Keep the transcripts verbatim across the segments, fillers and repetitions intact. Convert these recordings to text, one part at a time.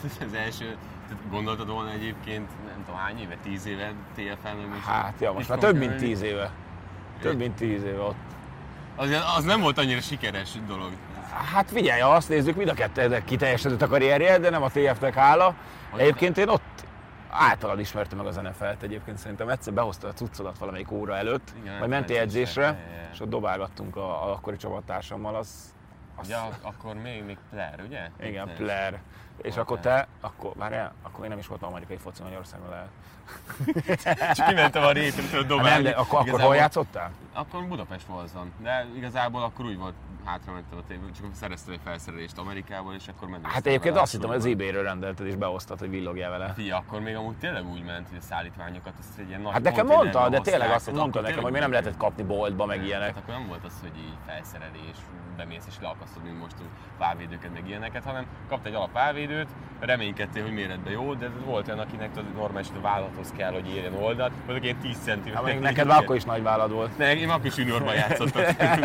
az első, gondoltad volna egyébként, nem tudom hány éve, tíz éve té ef el-nek most? Hát, ja, most már több mint tíz éve. Több mint tíz éve ott. Az, az nem volt annyira sikeres dolog. Hát figyelj, ha azt nézzük, mind a kettőnek kiteljesedett a karrierje, de nem a té ef-nek hála. Egyébként én ott általad ismertem meg az en ef el-t egyébként, szerintem egyszer behoztad a cuccodat valamelyik óra előtt, igen, majd mentél edzésre, ja, ja. És ott dobálgattunk a, a akkori csapattársammal, az... az... Ja, akkor még, még Player, ugye? Igen, Player. És akkor te, akkor, várjál, akkor még nem is voltam amerikai foci Magyarországon lehet. Csak kimentem a rétről dobálni. Nem, de akkor, akkor hol játszottál? Akkor Budapest Volzon, de igazából akkor úgy volt, hátra mentem a tévéből, csak szereztem egy felszerelést Amerikából, és akkor mentem. Hát egyébként azt hittem, hogy az eBay-ről rendelted és behoztad, hogy villogjál vele. Fia, akkor még amúgy tényleg úgy ment, hogy a szállítványokat, azt egy ilyen nagy. Hát nekem mondta, de tényleg azt mondta nekem, hogy még nem lehetett kapni boltba, meg ilyenek. Hát akkor nem volt az, hogy így felszerelés, bemész és leakasztod, mint most válvédőket, meg ilyeneket, hanem kaptál egy alap válvédőt, reménykedtél, hogy méretben jó, de volt olyan, akinek normális a vállathoz kell, hogy érjen oldalt, vagy ilyen tíz centiméter. Hát neked már akkor is nagy vállad volt. Ne, én akkor is juniorban játszottam.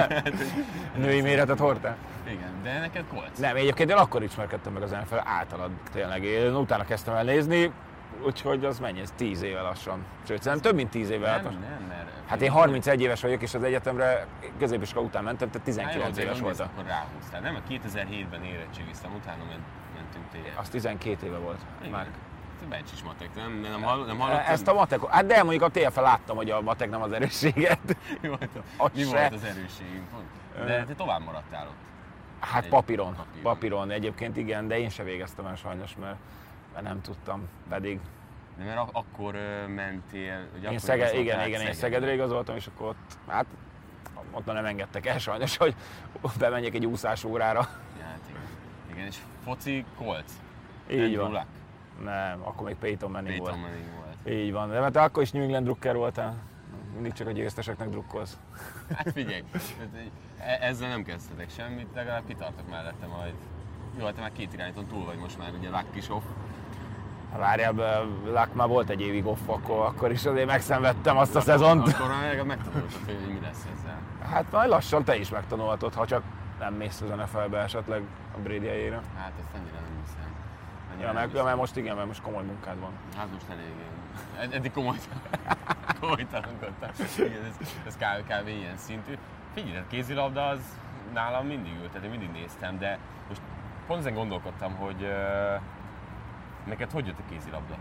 Női méretet hordtál? Igen, de neked Colts? Nem, egyébként én akkor ismerkedtem meg az en ef el általad tényleg. Én utána kezdtem el nézni, úgyhogy az mennyi, ez tíz éve lassan. Sőt, szerintem több mint tíz éve. Nem, hát, nem, mert... Hát én harmincegy éves vagyok, és az egyetemre középiskola után mentem, tehát tizenkilenc hát, éves voltam. Akkor ráhúztál, nem? A kétezer-hétben érettségiztem, utána mentünk té ef. Az tizenkét éve volt. Igen. Már. Bencs is matek, nem, nem, hall, nem hallottad? Ezt a matek, hát de mondjuk a té ef el láttam, hogy a matek nem az erősséget. Mi volt, a, mi volt az erősségünk? De te tovább maradtál ott. Hát papíron, papíron, papíron egyébként igen, de én se végeztem el sajnos, mert, mert nem tudtam, pedig... De mert ak- akkor uh, mentél... Ugye én akkor Szeged, igen, igen, Szegedre. én Szegedre igazoltam, és akkor ott, hát ott nem engedtek el sajnos, hogy bemenjek egy úszás órára. Ja, hát igen. Igen, és foci Colts? Így van. Luck. Nem, akkor még Peyton Manning Peyton volt. Manning volt. Így van, de mert te akkor is New England drukker voltál. Mindig csak a győzteseknek drukkolsz. Hát figyelj, ezzel nem kezdhetek semmit, legalább kitartok mellette majd. Jó, hát te már két irányíton túl vagy most már, ugye Luck is off. Várjál, Luck már volt egy évig off, akkor, akkor is azért megszenvedtem azt a akkor, szezont. Akkor már megtanultad, hogy mi lesz ezzel. Hát majd lassan te is megtanulhatod, ha csak nem mész az en ef el-be esetleg a Brady helyére. Hát ezt annyira nem hiszem. Ja, meg, ja, mert most igen, mert most komoly munkád van. Hát most elég. Ed- eddig komoly, komolytalankodtam. Ez, ez kb, kb. Ilyen szintű. Figyelj, a kézilabda az nálam mindig ült, tehát én mindig néztem, de most pont ezen gondolkodtam, hogy uh, neked hogy jött a kézilabda?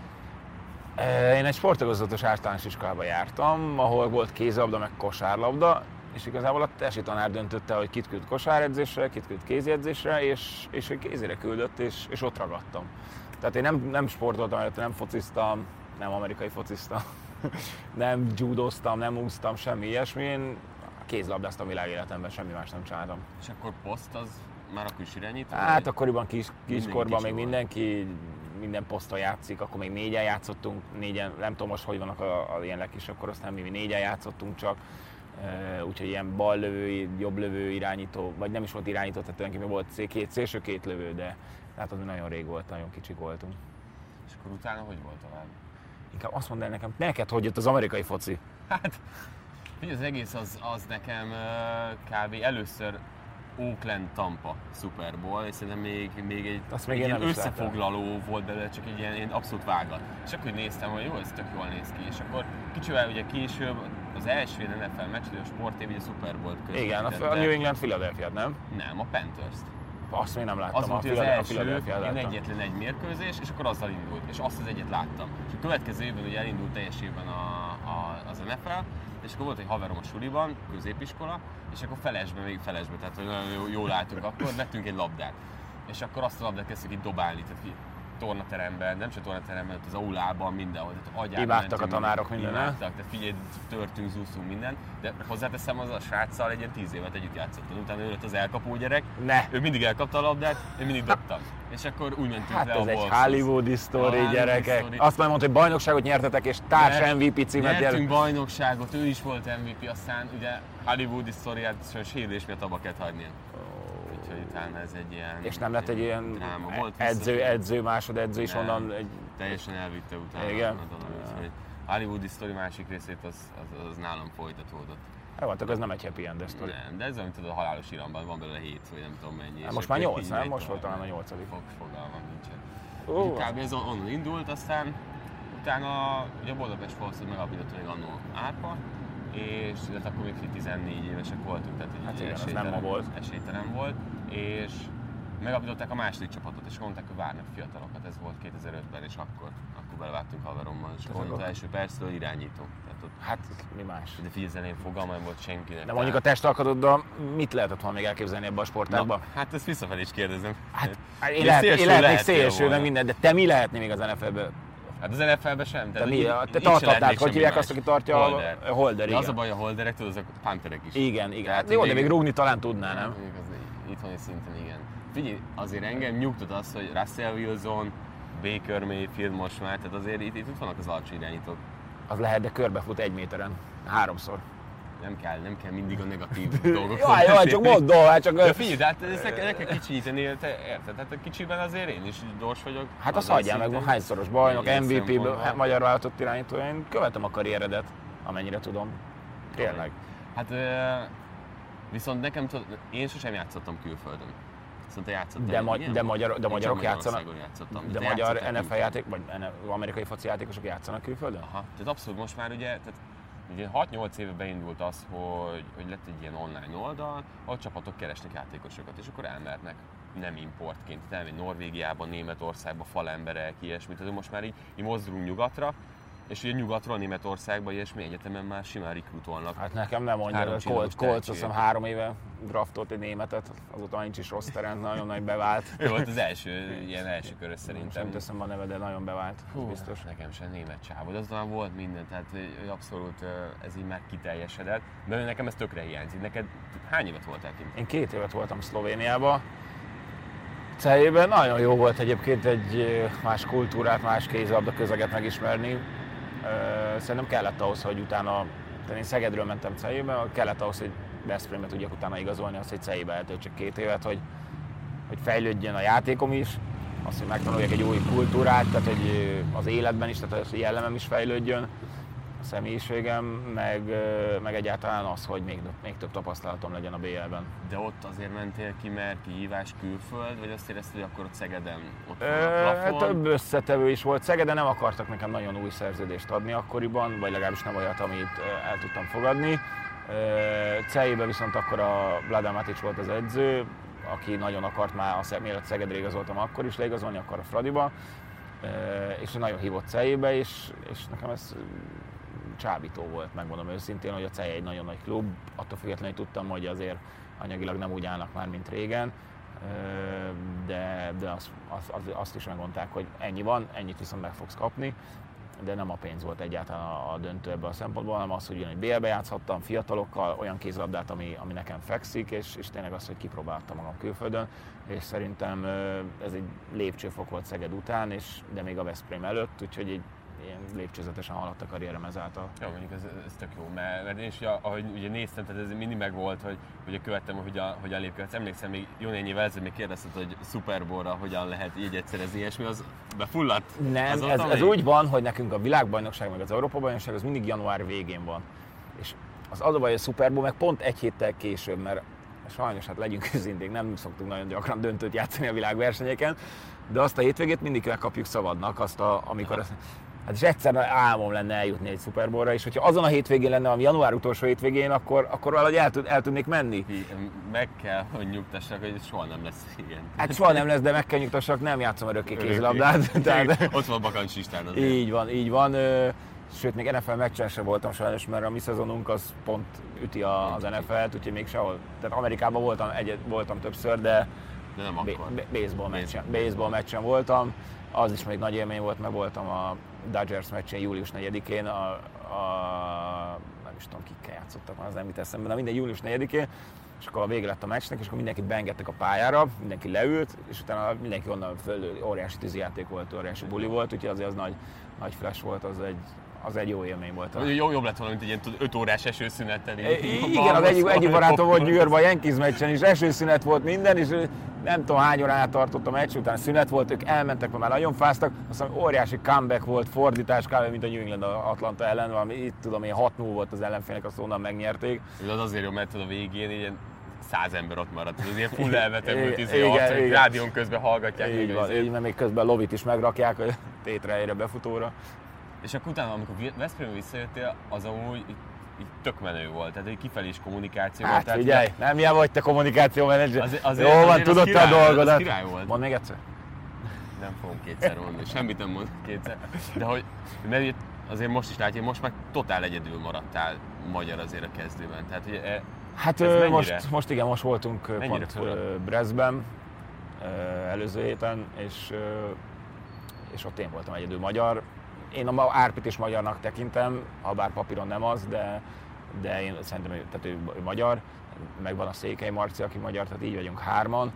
Én egy sportolózatos általános iskolába jártam, ahol volt kézilabda, meg kosárlabda, és igazából a tesi tanár döntötte, hogy kit küld kosáredzésre, kit küld kéziedzésre, és, és hogy kézire küldött, és, és ott ragadtam. Tehát én nem, nem sportoltam, nem fociztam, nem amerikai fociztam, nem judoztam, nem úsztam, semmi ilyesmi. Én kézlabdáztam világéletemben, semmi más nem csináltam. És akkor poszt az már akkor is irányító? Hát akkoriban kis, kiskorban még volt. mindenki minden poszton játszik, akkor még négyen játszottunk, négyen, nem tudom most, hogy vannak a, a ilyen legkisebb korosztály, mi négyen játszottunk csak. Uh, úgyhogy ilyen ballövő, jobblövő irányító, vagy nem is volt irányító, tehát tulajdonképpen volt két szélső, két lövő, de hát az nagyon rég volt, nagyon kicsik voltunk. És akkor utána hogy volt tovább? Inkább azt mondd el nekem, neked hogy jött az amerikai foci? Hát, ugye az egész az, az nekem uh, kb. Először Oakland Tampa Super Bowl, és szerintem még, még egy, még egy ilyen összefoglaló láttam. Volt belőle, csak egy ilyen, ilyen abszolút vágat. És akkor néztem, hogy jó, ez tök jól néz ki, és akkor kicsivel ugye később az első en ef el meccs, a Sport té vé a Super Bowl között. Igen, a New England Philadelphia-t, nem? Nem, a Panthers-t. Azt még nem láttam, az volt, a az első, én egyetlen egy mérkőzés, és akkor azzal indult, és azt az egyet láttam. És a következő évben ugye elindult teljes évben a, a, az en ef el, és akkor volt egy haverom a suliban, középiskola, és akkor felesbe, még felesbe, tehát hogy nagyon jól, jól álltunk akkor, vettünk egy labdát. És akkor azt a labdát kezdtük itt dobálni, tehát tornateremben, nem csak tornateremben, az aulában, mindenhol. Imádtak a tanárok minden, imádtak, tehát figyelj, törtünk, zúszunk minden, de hozzáteszem, az a sráccal egy ilyen tíz évet együtt játszottam. Utána ő lett az elkapó gyerek, ne. Ő mindig elkapta a labdát, én mindig dobtam. És akkor úgy mentünk hát le ez a egy Wolfshoz. Hollywoodi sztori, gyerekek. Story. Azt már mondta, hogy bajnokságot nyertetek, és társ em vé pé címet nyertünk. Nyertünk bajnokságot, ő is volt em vé pé, aztán ugye Hollywoodi sztoriát sérülés miatt abba kellett hagynia. Úgyhogy utána ez egy ilyen... És nem lett egy ilyen dráma. Volt edző, edző, másodedző is onnan egy... Teljesen elvitte utána. Igen. A dolog, Hollywoodi sztori másik részét az, az, az nálam folytatódott. Jó, ez nem egy happy end sztori. Nem, de ez olyan, mint a halálos iramban, van belőle hét, vagy nem tudom mennyi. Hát most már nyolc, nem? Most volt talán a nyolcadik. Fog, fogalmam nincsen. Ó. Kb. Ez on- onnan indult, aztán utána ugye a Budapest Falszot megalapította még annó Árpa, és illetve akkor még tizennégy évesek voltunk, tehát Hát egy igen, az esélytelen, nem ma volt. esélytelen volt, és megalapították a második csapatot, és mondták, hogy várnak fiatalokat, ez volt kétezer-ötben, és akkor, akkor belevágtunk haverommal, és akkor az első perctől irányító. Tehát ott, Hát mi más. de figyelj, én fogalmam volt senkinek. De mondjuk a testalkatoddal mit lehetett volna még elképzelni ebbe a sportágban? Na, hát ezt visszafelé is kérdezem. Hát De én, lehet, szélső én lehetnék lehettél szélső, volna. meg minden, de te mi lehetné még az en ef el-ben? Hát az en ef el-ben sem. Te mi? így- Te így se tartatnád, lehetnék hogy semmi hívják más. azt, aki tartja Holder. a holder, De az igen. a baj a holderek, tudod, azok a punterek is. Igen, igen. Tehát Hát jó, de még- még rúgni talán tudná, nem? Mondjuk az itthoni szinten igen. Figyelj, azért engem nyugtat az, hogy Russell Wilson, Baker Mayfield most már, tehát azért itt, itt vannak az alapsó irányítók. Az lehet, de körbefut egy méteren. Háromszor. Nem kell, nem kell mindig a negatív dolgokról Jaj, jaj, csak mondom, hát csak... De figyelj, de hát ezt ne, ne kell kicsinyíteni, te érted? Hát a kicsiben azért én is gyors vagyok. Hát azt azon hagyjál meg, szinten. hányszoros bajnok, Ilyen em vé pé, szempontból. magyar válogatott irányító, én követem a karrieredet, amennyire tudom. Tényleg. Hát ö, viszont nekem, tudod, én sosem játszottam külföldön. Viszont te játszottál. De, ma, igen? de, magyar, de Én magyarok csak játszanak, Magyarországon játszottam. de Te magyar játszottál en ef el külföldön? játék, vagy amerikai foci játékosok játszanak külföldön? Aha, tehát abszolút most már ugye, tehát ugye hat-nyolc éve beindult az, hogy, hogy lett egy ilyen online oldal, ahol csapatok keresnek játékosokat, és akkor elmernek nem importként, elmegy Norvégiában, Németországban, falemberek, ilyesmit, tehát most már így, így mozdulunk nyugatra, és ugye nyugatról Németországban ilyesmi egyetemen már simán rekrutolnak. Hát nekem nem mondja, Három a csillagos Colts, Colts azt tehetség. hiszem három éve draftolt egy németet, azóta nincs is rossz terem, nagyon nagy bevált. Ő volt az első, ilyen első körös Nem szerintem. jut eszembe a neve, de nagyon bevált, Hú, biztos. Nekem sem német csávó, de aztán volt minden, tehát ő abszolút ö, ez így már kiteljesedett. De nekem ez tökre hiányzik. Neked hány évet voltál kint? Én két évet voltam Szlovéniában. Cehében nagyon jó volt egyébként egy más kultúrát, más kézilabda közeget megismerni. Szerintem kellett ahhoz, hogy utána, tehát én Szegedről mentem Cehébe, kellett ahhoz, hogy Veszprémbe tudjak utána igazolni, azt, hogy Cehébe eltöltsek két évet, hogy, hogy fejlődjön a játékom is, azt, hogy megtanuljak egy új kultúrát, tehát hogy az életben is, tehát hogy jellemem is fejlődjön, a személyiségem, meg, meg egyáltalán az, hogy még, még több tapasztalatom legyen a bé el-ben. De ott azért mentél ki, mert kihívás külföld, vagy azt érezted, hogy akkor ott Szegeden ott van a Ö, plafon? több összetevő is volt. Szegeden nem akartak nekem nagyon új szerződést adni akkoriban, vagy legalábbis nem olyat, amit el tudtam fogadni. Cehében viszont akkor a Vladan Matic volt az edző, aki nagyon akart már, mielőtt Szegedre igazoltam, akkor is leigazolni, akkor a Fradiba, és nagyon hívott Cehébe, és, és nekem ez csábító volt, megmondom őszintén, hogy a Cehy egy nagyon nagy klub, attól függetlenül tudtam, hogy azért anyagilag nem úgy állnak már, mint régen, de, de azt, azt, azt is megmondták, hogy ennyi van, ennyit viszont meg fogsz kapni, de nem a pénz volt egyáltalán a döntő ebből a szempontból, hanem az, hogy ugyan egy bé el-be játszhattam fiatalokkal, olyan kézlabdát, ami, ami nekem fekszik, és, és tényleg az, hogy kipróbáltam magam külföldön, és szerintem ez egy lépcsőfok volt Szeged után, és, de még a Veszprém előtt, úgyhogy egy ilyen lépcsőzetesen haladt a karrierem ezáltal. Ja, mondjuk ez, ez tök jó, mert, mert én is, ahogy ugye néztem, tehát ez mindig megvolt, hogy ugye követtem, hogy a, hogy a lépkövetsz. Emlékszem, még jó néhány évvel ezelőtt még kérdezted, hogy Super Bowl-ra hogyan lehet így egyszerezni, ilyesmi, az befulladt? Nem, az ez, ez úgy van, hogy nekünk a világbajnokság meg az Európa-bajnokság az mindig január végén van. És az az a baj, a Super Bowl meg pont egy héttel később, mert sajnos, hát legyünk őszinték, nem szoktunk nagyon gyakran döntőt játszani a világversenyeken, de azt a hétvégét mindig megkapjuk szabadnak, azt a, amikor... Az, hát és egyszer álmom lenne eljutni egy Super Bowlra, és hogyha azon a hétvégén lenne, ami január utolsó hétvégén, akkor, akkor valahogy el, tud, el tudnék menni. Meg kell, hogy nyugtassak, hogy ez soha nem lesz ilyen. Hát soha nem lesz, de meg kell nyugtassak, nem játszom örökké kézilabdát. Tehát... Ott van a bakancs listán azért. Így van, így van. Sőt, még en ef el meccsen sem voltam sajnos, mert a mi szezonunk az pont üti az en ef el-t, úgyhogy még sehol. Tehát Amerikában voltam, egyet, voltam többször, de, de nem akkor. Baseball meccsen, baseball meccsen voltam. Az is még nagy élmény volt, mert voltam a Dodgers meccsén július negyedikén, a, a, nem is tudom, kikkel játszottak, az nem jut eszembe, de minden július negyedikén, és akkor a vége lett a meccsnek, és akkor mindenkit beengedtek a pályára, mindenki leült, és utána mindenki onnan föl, óriási tűzijáték volt, óriási buli volt, úgyhogy azért az nagy, nagy flash volt, az egy, az egy jó élmény volt. Jó, jobb lett volna, mint egy ilyen öt órás esőszünettel. Igen, az egyik, egyik barátom volt New Yorkban, Yankees meccsen is, esőszünet volt minden, és nem tudom hány órán át tartott a meccs, utána szünet volt, ők elmentek, mert már nagyon fáztak, aztán óriási comeback volt, fordítás kb. Mint a New England Atlanta ellen, valami itt tudom én hat null volt az ellenfélnek, azt onnan megnyerték. Ez az azért jó, mert a végén ilyen száz ember ott maradt, ez ilyen full elvetemült izé arc, hogy rádión közben hallgatják. Így van, így, mert még közben Lovit is megrakják a tétrejére, befutóra. És akkor utána, amikor Veszprémbe visszajöttél, az amúgy így, így tök menő volt, tehát egy kifelé is kommunikáció hát, volt. Hát figyelj, de... nem ilyen vagy te kommunikációmenedzser. Az, azért, jó van, azért tudod te a dolgodat. Király volt. Mondd még egyszer. Nem fogom kétszer mondani, semmit nem mondok kétszer. De hogy, mert azért most is látja, most meg totál egyedül maradtál magyar azért a kezdőben. Tehát, hogy e, hát ö, most, most igen, most voltunk mennyire pont Brestben előző héten, és, és ott én voltam egyedül magyar. Én a Árpit is magyarnak tekintem, ha bár papíron nem az, de, de én szerintem ő, tehát ő, ő magyar. Meg van a Székely Marci, aki magyar, tehát így vagyunk hárman.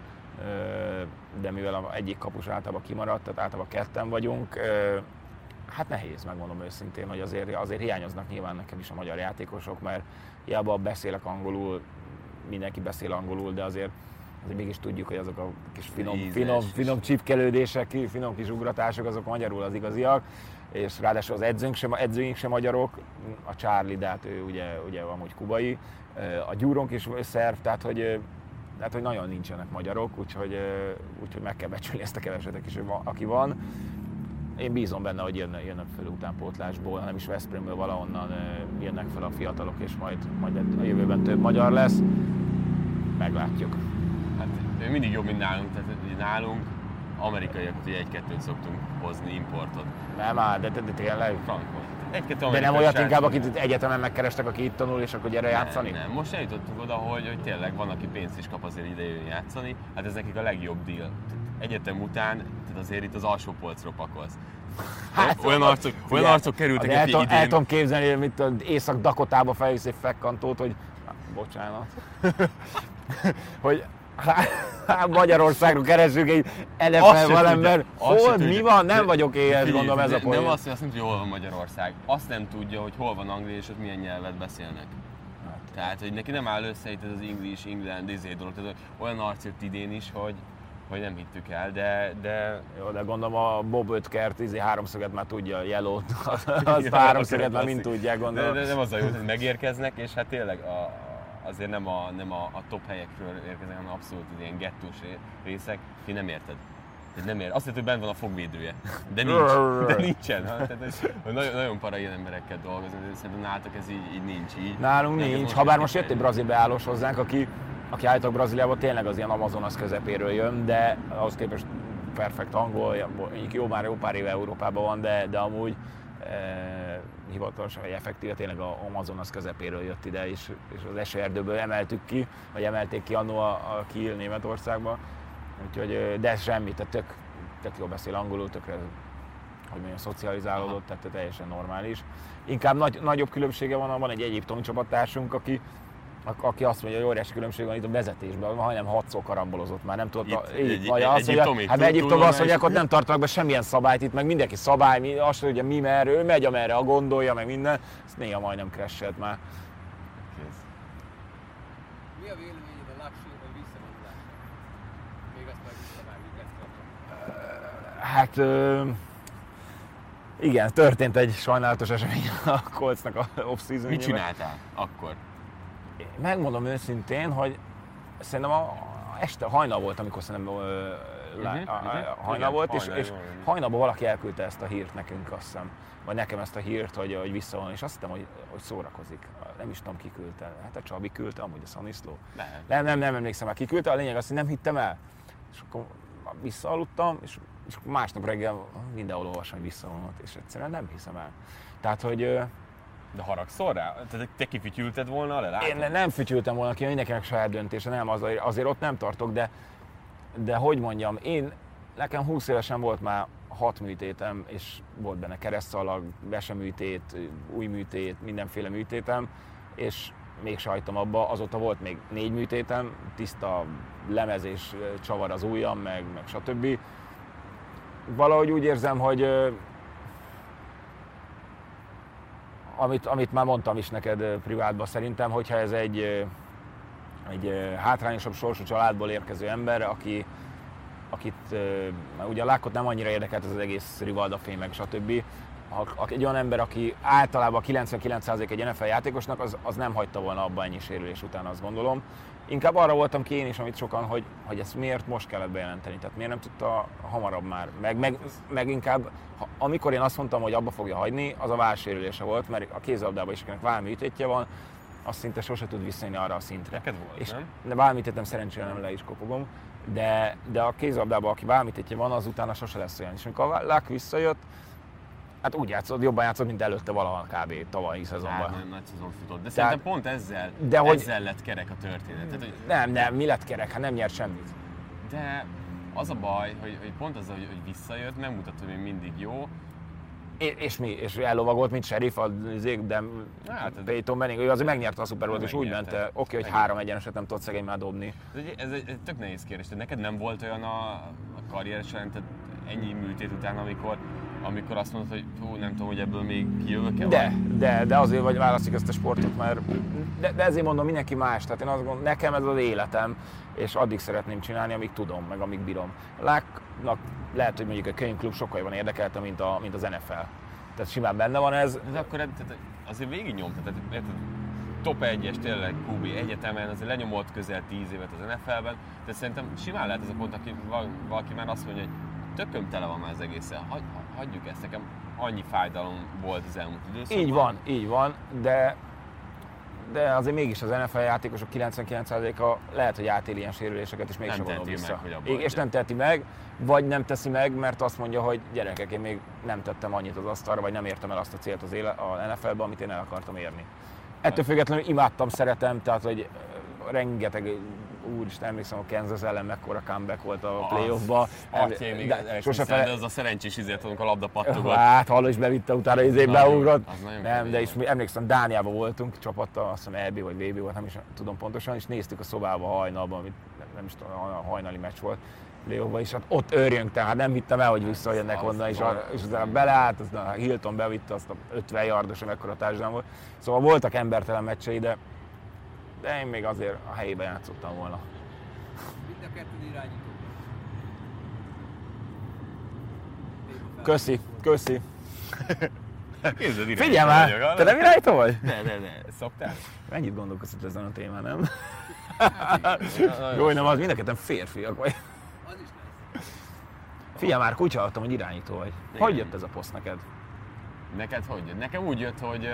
De mivel az egyik kapus általában kimaradt, tehát általában ketten vagyunk, hát nehéz, megmondom őszintén, hogy azért, azért hiányoznak nyilván nekem is a magyar játékosok, mert hiába beszélek angolul, mindenki beszél angolul, de azért, azért mégis tudjuk, hogy azok a kis finom, Ízes, finom, finom csipkelődések, finom kis ugratások, azok magyarul az igaziak, és ráadásul az edzőink sem, edzőink sem magyarok, a Charlie, de hát ő ugye, ugye amúgy kubai, a Gyúronk is szerb, tehát hogy Tehát, hogy nagyon nincsenek magyarok, úgyhogy, úgyhogy meg kell becsülni ezt a kevesetek is, aki van. Én bízom benne, hogy jönnek, jönnek fel utánpótlásból, nem is Veszprémből, valahonnan jönnek fel a fiatalok, és majd, majd a jövőben több magyar lesz. Meglátjuk. Hát mindig jobb, mint nálunk, tehát nálunk amerikaiakat ugye egy-kettőt szoktunk hozni, importot. Nem áll, de, de, de tényleg. Frankon. De nem olyat inkább, akit egyetemen megkerestek, aki itt tanul, és akkor gyere nem, játszani? Nem, most eljutottunk oda, hogy, hogy tényleg van, aki pénzt is kap azért ide jön játszani. Hát ez nekik a legjobb deal. Egyetem után, tehát azért itt az alsó polcra pakolsz. Hát, olyan arcok, olyan arcok kerültek el, idén. El tudom képzelni, hogy mit Észak-Dakotába felvisz egy fekkantót, hogy... Na, bocsánat. hogy... Hát Magyarországra keresünk egy elefen valember. Hol, mi van? Nem vagyok éhes, gondolom ez a poén. Nem azt, azt nem tudja, hol van Magyarország. Azt nem tudja, hogy hol van Anglia és ott milyen nyelvet beszélnek. Hát. Tehát, hogy neki nem áll össze itt ez az English, England, izé dolog. Tehát olyan arc jött idén is, hogy, hogy nem hittük el, de... de... Jó, de gondolom a Bob Ötkert izé háromszöget már tudja, a Yellow-t, azt a háromszöget már mind tudják, gondolom. De, de nem az a jó, hogy megérkeznek, és hát tényleg a, azért nem a, nem a, a top helyekről érkeznek, hanem abszolút ilyen gettós részek, ki nem érted. Nem ér. Azt hitt, hogy bent van a fogvédője, de nincs. De nincsen. Ha? Tehát, nagyon, nagyon para ilyen emberekkel dolgozni, de szerintem nálatok ez így, így nincs. Így. Nálunk nincs, nincs. Habár most jött egy brazil beállós hozzánk, aki, aki állítólag Brazíliából tényleg az ilyen Amazonas közepéről jön, de ahhoz képest perfekt angol, jó már jó pár éve Európában van, de, de amúgy eh, hivatalosan vagy effektíve tényleg az Amazonas közepéről jött ide, és, és az esőerdőből emeltük ki, vagy emelték ki annó a, a Kiel Németországba. Úgyhogy, de ez semmi, tehát tök, tök jól beszél angolul, tökre, hogy mondjam, szocializálódott, tehát teljesen normális. Inkább nagy, nagyobb különbsége van, van egy egyiptomi csapattársunk, aki, aki azt mondja, hogy óriási különbség van itt a vezetésben, majdnem hatszor karambolozott már, nem tudott, itt, így, vagy azt mondja, hát Egyiptomban azt mondják, hogy nem tartanak be semmilyen szabályt, itt meg mindenki szabály, mi, azt mondja, mi merre, ő megy, amerre a gondolja, meg minden, ezt néha majdnem crashelt már. Kész. Mi a véleményed a Lakshill vagy visszavonulásra? Még azt meg visszavágjuk ezt a... Hát igen, történt egy sajnálatos esemény a Coltsnak a off-season. Mit csináltál akkor? Megmondom őszintén, hogy szerintem a, a este hajnal volt, amikor szerintem uh, uh-huh, uh-huh. hajnal igen, volt, hajnal, és, és hajnalban valaki elküldte ezt a hírt nekünk, azt hiszem, vagy nekem ezt a hírt, hogy, hogy visszavon, és azt hittem, hogy, hogy szórakozik. Nem is tudom, ki küldte. Hát a Csabi küldte, amúgy a Szaniszló. Nem. nem, nem, nem emlékszem, már ki küldte, a lényeg az, hogy nem hittem el. És akkor visszaaludtam, és, és másnap reggel mindenhol olvasom, hogy visszavonult, és egyszerűen nem hiszem el. Tehát, hogy... De haragszol rá? Tehát te kifütyülted volna le? Látod? Én nem fütyültem volna ki, mindenkinek saját döntése, nem, azért, azért ott nem tartok, de, de hogy mondjam, én, nekem húsz évesen volt már hat műtétem, és volt benne keresztszalag, veseműtét, új műtét, mindenféle műtétem, és még sajtom abba, azóta volt még négy műtétem, tiszta lemez és csavar az ujjam, meg, meg stb. Valahogy úgy érzem, hogy amit, amit már mondtam is neked privátban, szerintem, hogyha ez egy, egy hátrányosabb sorsú családból érkező ember, aki, akit ugye a Lákot nem annyira érdekelt ez az egész Rivalda fény, meg stb. Egy olyan ember, aki általában kilencvenkilenc százalék egy en ef el játékosnak, az, az nem hagyta volna abba ennyi sérülés után, azt gondolom. inkább arra voltam ki én is, amit sokan, hogy, hogy ezt miért most kellett bejelenteni, tehát miért nem tudta hamarabb már, meg, meg, meg inkább, ha, amikor én azt mondtam, hogy abba fogja hagyni, az a vállsérülése volt, mert a kézilabdában is, akinek vállműtétje van, azt szinte sose tud visszajönni arra a szintre. Neked volt, és nem? De vállműtét nem, szerencsére nem le is kopogom, de, de a kézilabdában, aki vállműtétje van, az utána sose lesz olyan. És amikor a Luck visszajött, hát úgy játszott, jobban játszott, mint előtte valaha kb. Tavalyi szezonban. Hát, nagyon nagy szezon futott, de Tehát, szerintem pont ezzel, de hogy, ezzel lett kerek a történet. Tehát, hogy, nem, nem, mi lett kerek? Hát nem nyert semmit. De az a baj, hogy, hogy pont az, hogy, hogy visszajött, megmutatta, hogy még mindig jó. És, és mi? És ellovagolt, mint sheriff, a de hát, Peyton Manning, ő azért megnyerte a Super Bowl-t, és úgy ment, oké, okay, hogy három egyeneset nem tudott szegény már dobni. Ez egy, ez egy, egy tök nehéz kérdés, de neked nem volt olyan a, a karrier során, tehát ennyi műtét után, amikor, amikor azt mondod, hogy hú, nem tudom, hogy ebből még kijövök-e? De, de, de azért vagy választik ezt a sportot, mert de, de ezért mondom, mindenki más, tehát én azt gondolom, nekem ez az életem, és addig szeretném csinálni, amíg tudom, meg amíg bírom. Lucknak lehet, hogy mondjuk a könyvklub sokkal jobban érdekelte, mint, a, mint az en ef el. Tehát simán benne van ez. De akkor tehát azért végig nyomta, tehát érted, top egyes, tényleg kú bé egyetemen, azért lenyomott közel tíz évet az en ef el-ben, de szerintem simán lehet ez a pont, aki valaki már azt mondja, hogy tököm tele van már az egészen, Hagy, hagyjuk ezt, nekem annyi fájdalom volt az elmúlt időszakban. Így van, így van, de, de azért mégis az en ef el játékosok kilencvenkilenc százaléka lehet, hogy átél ilyen sérüléseket, és mégsem vonul vissza. Meg, és nem teheti meg, vagy nem teszi meg, mert azt mondja, hogy gyerekek, én még nem tettem annyit az asztalra, vagy nem értem el azt a célt az éle, az en ef el-ben, amit én el akartam érni. Ettől függetlenül imádtam, szeretem, tehát hogy rengeteg, úristen, emlékszem, a Kansas ellen mekkora comeback volt a playoffba. Atyaim, még de, sose fele... de az a szerencsés izért, amikor a labda pattogott. Hát, halló, is bevitte, utána izé beugrott. Nem, de is emlékszem, Dániában voltunk csapattal, azt hiszem é bé vagy vé bé volt, nem is tudom pontosan, és néztük a szobába hajnalban, amit nem is tudom, a hajnali meccs volt. Léóban is, hát ott örjönk, tehát nem hittem el, hogy visszajönnek onnan, és, a, és utána beleállt, aztán a Hilton bevitte azt a ötven yardos, amekkora touchdown volt. Szóval voltak embertelen meccsei, de, de én még azért a helyébe játszottam volna. Mind a kettő irányító. Köszi, köszi. Képzeld, figyelj már, te nem irányító vagy? Ne, ne, ne, szoktál? Mennyit gondolkoztat ezen a témán, nem? Jó, nem, az mindenketten férfiak vagy. Az is lesz. Figyelj már, kutya hallottam, hogy irányító vagy. Hogy jött ez a poszt neked? Neked hogy jött? Nekem úgy jött, hogy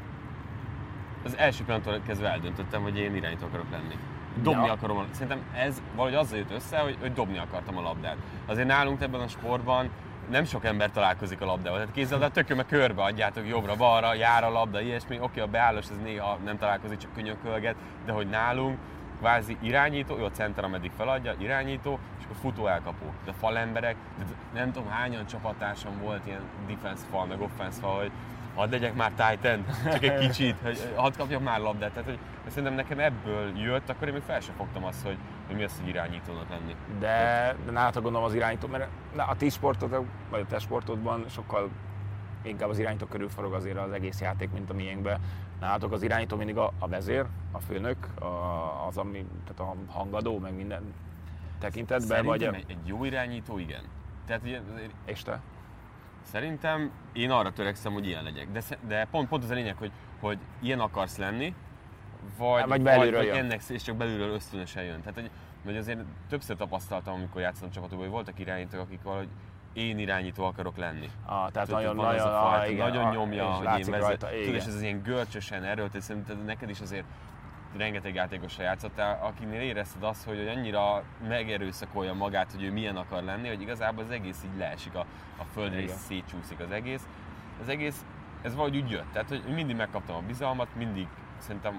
az első pillanattól kezdve eldöntöttem, hogy én irányító akarok lenni. Dobni ja. akarom. Szerintem ez valahogy azzal jött össze, hogy, hogy dobni akartam a labdát. Azért nálunk ebben a sportban nem sok ember találkozik a labdával. Tehát kézzel, tök jó, mert körbe adjátok jobbra-balra, jár a labda, ilyesmi. Oké, a beállós ez néha nem találkozik, csak könyökölget, de hogy nálunk kvázi irányító, jó, a center, ameddig feladja, irányító, és akkor futó elkapó. De falemberek, de nem tudom hányan csapattársam volt ilyen defense fal, meg offense fal, hogy hadd legyek már tight end, csak egy kicsit, hogy hadd kapjak már labdát. Tehát, hogy szerintem nekem ebből jött, akkor én még fel sem fogtam azt, hogy, hogy mi az, hogy irányítónak lenni. De, de nálatok gondolom az irányító, mert a ti sportot, vagy a te sportodban sokkal inkább az irányító körül forog azért az egész játék, mint a miénkben. Nálatok az irányító mindig a, a vezér, a főnök, a, az, ami, tehát a hangadó, meg minden tekintetben. Szerintem vagy egy, egy jó irányító, igen. Tehát, ugye, és te? Szerintem én arra törekszem, hogy ilyen legyek. De, de pont, pont az a lényeg, hogy, hogy ilyen akarsz lenni, vagy, vagy, vagy, vagy ennek és csak belülről ösztönösen jön. Tehát, hogy, hogy azért többször tapasztaltam, amikor játszottam csapatokban, hogy voltak irányítók, akik valahogy én irányító akarok lenni. Ah, tehát Tudod, nagyon, van nagyon, az a fajta, ah, igen, nagyon ah, nyomja, hogy én vezet. Tudod, és ez az ilyen görcsösen erőltet, szerintem neked is azért rengeteg játékossal játszottál, akinél érezted azt, hogy annyira megerőszakolja magát, hogy ő milyen akar lenni, hogy igazából az egész így leesik a, a földre, és szétcsúszik az egész. Az egész, ez valahogy úgy jött, tehát hogy mindig megkaptam a bizalmat, mindig szerintem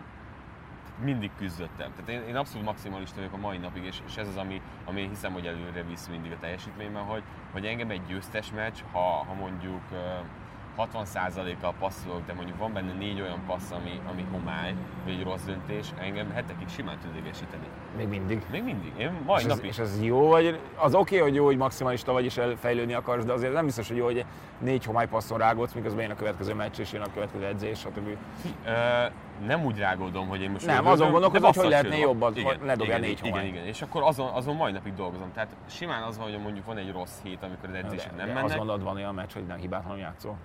mindig küzdöttem. Tehát én, én abszolút maximalista vagyok a mai napig, és, és ez az, ami, ami én hiszem, hogy előre visz mindig a teljesítményben, hogy, hogy engem egy győztes meccs, ha, ha mondjuk hatvan százalékkal passzolok, de mondjuk van benne négy olyan passz, ami, ami homály, vagy egy rossz döntés, engem hetekig simán tud idegesíteni. Még mindig? Még mindig. Én mai és napig. Ez, és ez jó, vagy az oké, okay, hogy jó, hogy maximalista vagy és fejlődni akarsz, de azért nem biztos, hogy jó, hogy négy homály passzon rágódsz, miközben én a következő meccs és én a következő edzés, stb. Ö, nem úgy rágódom, hogy én most... Nem, azon gondolkozom, hogy hogy lehetne jobban, ne dobjál négy homály. Igen, igen, és akkor azon, azon mai napig dolgozom. Tehát simán az van, hogy mondjuk van egy rossz hét, amikor az edzések de, nem de mennek. azt gondolod, van olyan meccs, hogy nem hibátlanul játszol?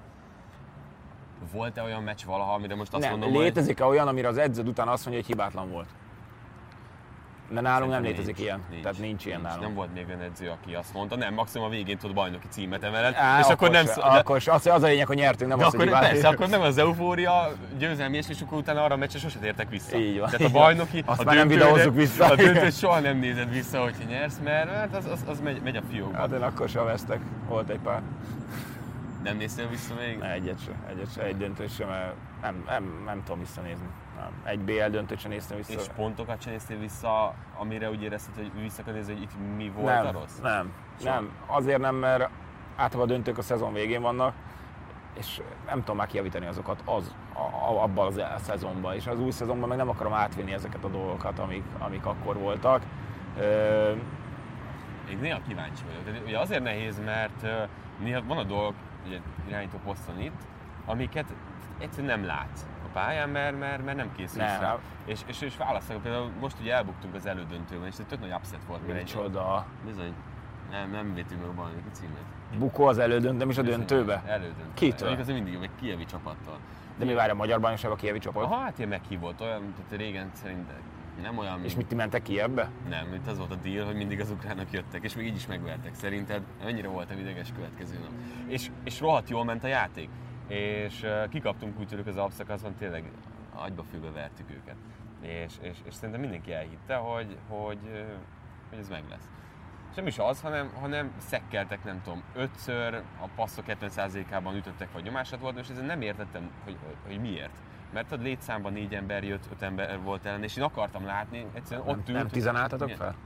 Volt-e olyan meccs valaha, amire most azt nem, mondom, létezik-e olyan, amire az edződ után azt mondja, hogy hibátlan volt? De nálunk nem Szerintem létezik nincs, ilyen, nincs, tehát nincs ilyen nálunk. Nem volt még olyan edző, aki azt mondta, nem, maximum a végén tudod bajnoki címet emeled, Á, és akkor, akkor nem se, szó, akkor se. Az, az a lényeg, hogy nyertünk, nem de az, akkor hogy persze, akkor meg az eufória, győzelmi, és akkor utána arra a meccsre sose tértek vissza. Így van. Tehát a bajnoki, Azt a már nem döntőre- videózzuk vissza. A döntőt soha nem nézed vissza, hogyha nyersz, mert hát az, az, az megy, megy a fiókba. Hát én akkor sem vesztek, volt egy pár. Nem néztél vissza még? Ne, egyet se, egyet se, egy döntőt sem, mert nem, nem, nem tudom visszanézni. Nem. Egy bé el döntőt sem néztem vissza. És pontokat sem néztél vissza, amire úgy érezted, hogy vissza kell nézni, hogy itt mi volt nem, a rossz? Nem, Soha. nem. Azért nem, mert általában a döntők a szezon végén vannak, és nem tudom már kijavítani azokat az, a, a, abban az a szezonban. És az új szezonban meg nem akarom átvinni ezeket a dolgokat, amik, amik akkor voltak. Ö, Én néha kíváncsi vagyok. Tehát ugye azért nehéz, mert uh, néha van a dolgok, ugye irányító poszton itt, amiket egyszerűen nem látsz a pályán, mert, mert, mert nem készülsz Nem. rá. És, és, és válaszolok, például most ugye elbuktunk az elődöntőben, és ez tök nagy upset volt. mert egy- Micsoda. Bizony. Nem, nem vétünk meg a bajnoki címet. Bukó az elődönt, nem is a Bizony, döntőbe? Elődöntőbe. Kitől? Mondjuk azért mindig egy kievi csapattal. De mi vár a magyar bajnokság a kievi csapat? Aha, hát ilyen meghívott, olyan, tehát régen szerintem nem olyan, És mint... mit ti mentek Kijevbe? Nem, mint az volt a deal, hogy mindig az ukránok jöttek, és még így is megvertek. Szerinted mennyire voltam ideges következő nap? És, és rohadt jól ment a játék. És uh, kikaptunk úgy tőlük az alapszakaszban, tényleg agyba fülbe vertük őket. És, és, és szerintem mindenki elhitte, hogy, hogy, uh, hogy ez meg lesz. És nem is az, hanem, hanem szekkeltek, nem tudom, ötször, a passzok hetven százalékában ütöttek vagy nyomásat volt, és ezen nem értettem, hogy, hogy miért. Mert a létszámban négy ember jött, öt ember volt ellen, és én akartam látni, egyszerűen ott ült. Nem tizen álltatok Milyen- fel?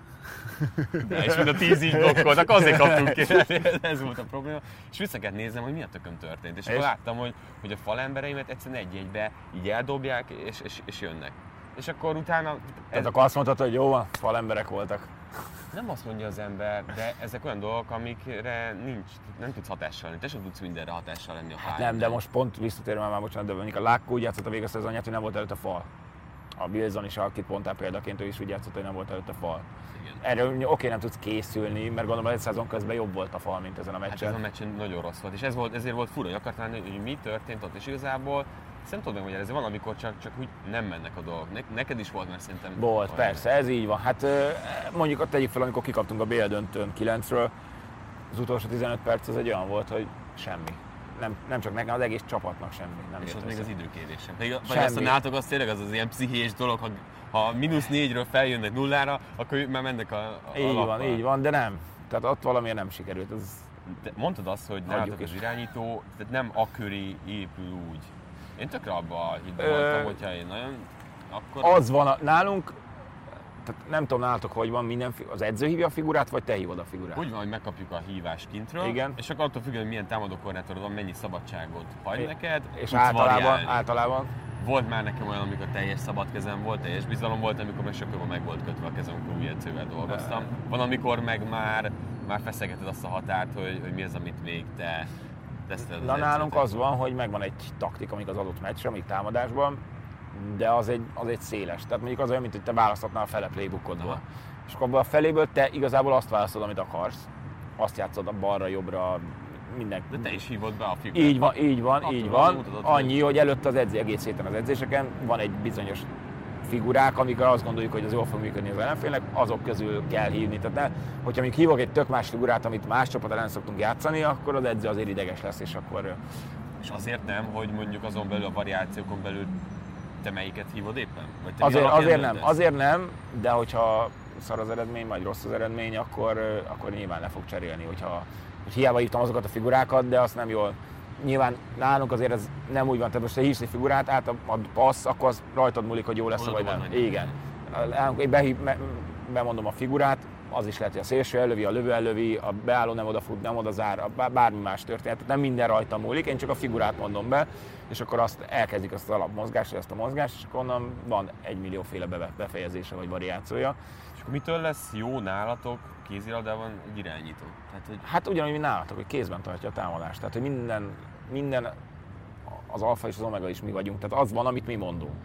De, és mind a tíz így blokkoltak, azért kaptunk ki, ez volt a probléma. És vissza kellett néznem, hogy mi a tököm történt. És, és? akkor láttam, hogy, hogy a falembereimet egyszerűen egy-egybe így eldobják, és, és, és jönnek. És akkor utána... Tehát akkor azt mondhatod, hogy jó van, falemberek voltak. Nem azt mondja az ember, de ezek olyan dolgok, amikre nincs, nem tudsz hatással lenni. Te sem tudsz mindenre hatással lenni a pályán. Nem, de most pont visszatérve már, bocsánat, de mondjuk a Lákko úgy játszott a vége szezonját, hogy nem volt előtte fal. A Bilzon is, akit mondtál példaként, ő is úgy játszott, hogy nem volt előtte fal. Igen. Erről oké, nem tudsz készülni, mert gondolom, hogy egy szezon közben jobb volt a fal, mint ezen a Hát meccsen. ez a meccsen nagyon rossz volt, és ez volt, ezért volt fura, hogy akartam látni, hogy mi történt ott, és igazából ezt nem tudom megmagyarázni, van, amikor csak, csak úgy nem mennek a dolgok. Ne, neked is volt, mert szerintem... Volt, olyan- persze, ez így van. Hát ö, mondjuk ott tegyük fel, amikor kikaptunk a bé el döntőn kilencről, az utolsó tizenöt perc az egy olyan volt, hogy semmi. Nem, nem csak nekem, az egész csapatnak semmi. Nem És jött ott még össze. az időkérés sem. Pedig vagy Semmi. azt a nátok, az tényleg az az ilyen pszichés dolog, ha, ha mínusz négyről feljönnek nullára, akkor már mennek a, a Így van, lappal. így van, de nem. Tehát ott valamiért nem sikerült. Ez De mondtad azt, hogy Hagyjuk nálatok is. az irányító, tehát nem a köré épül úgy. Én tökre abba a hitben Ö, voltam, hogyha én nagyon... Akkor... az van a, nálunk, tehát nem tudom nálatok, hogy van, minden, fi- az edző hívja a figurát, vagy te hívod a figurát? Úgy van, hogy megkapjuk a hívást kintről, Igen. és akkor attól függően, hogy milyen támadó koordinátorod van, mennyi szabadságot hagy É- neked, És tudsz általában, variálni. általában Volt már nekem olyan, amikor teljes szabad kezem volt, teljes bizalom volt, amikor meg sokkal meg volt kötve a kezem, amikor új edzővel dolgoztam. Van, amikor meg már, már feszegeted azt a határt, hogy, hogy mi az, amit még te teszteled. Na nálunk az van, hogy megvan egy taktika, amik az adott meccsre, amik támadásban, de az egy, az egy széles. Tehát mondjuk az olyan, mint hogy te választhatnál a fele playbookodból. Aha. És akkor abból a feléből te igazából azt választod, amit akarsz. Azt játszod a balra, jobbra, minden. De te is hívod be a figurát. Így van, így van, Akkor így az van. mutatod, Annyi, hogy előtt az edző egész héten az edzéseken van egy bizonyos figurák, amikor azt gondoljuk, hogy az jól fog működni az ellenfélnek, azok közül kell hívni. Tehát ne, hogyha még hívok egy tök más figurát, amit más csapat ellen szoktunk játszani, akkor az edző azért ideges lesz, és akkor És azért nem, hogy mondjuk azon belül a variációkon belül te melyiket hívod éppen? Vagy te mi azért, alapján azért nem, döntesz? azért nem, de hogyha szar az eredmény, vagy rossz az eredmény, akkor, akkor nyilván le fog cserélni, hogyha hogy hiába hívtam azokat a figurákat, de azt nem jól. Nyilván nálunk azért ez nem úgy van, tehát most ha hívsz egy figurát, át a, a passz, akkor az rajtad múlik, hogy jó lesz, Oda vagy van nem. nagy. Igen. Nálunk én behív, me, bemondom a figurát, az is lehet, hogy a szélső ellövi, a lövő ellövi, a beálló nem odafut, nem odazár, a bármi más történet. Tehát nem minden rajta múlik, én csak a figurát mondom be, és akkor azt elkezdik azt az alapmozgást, vagy azt a mozgást, és akkor onnan van egy millióféle befejezése vagy variációja. És akkor mitől lesz jó nálatok kézilabdában egy irányító? Tehát, hogy Hát ugyanúgy, mint nálatok, hogy kézben tartja a támadást. Tehát, hogy minden, minden az alfa és az omega is mi vagyunk. Tehát az van, amit mi mondunk.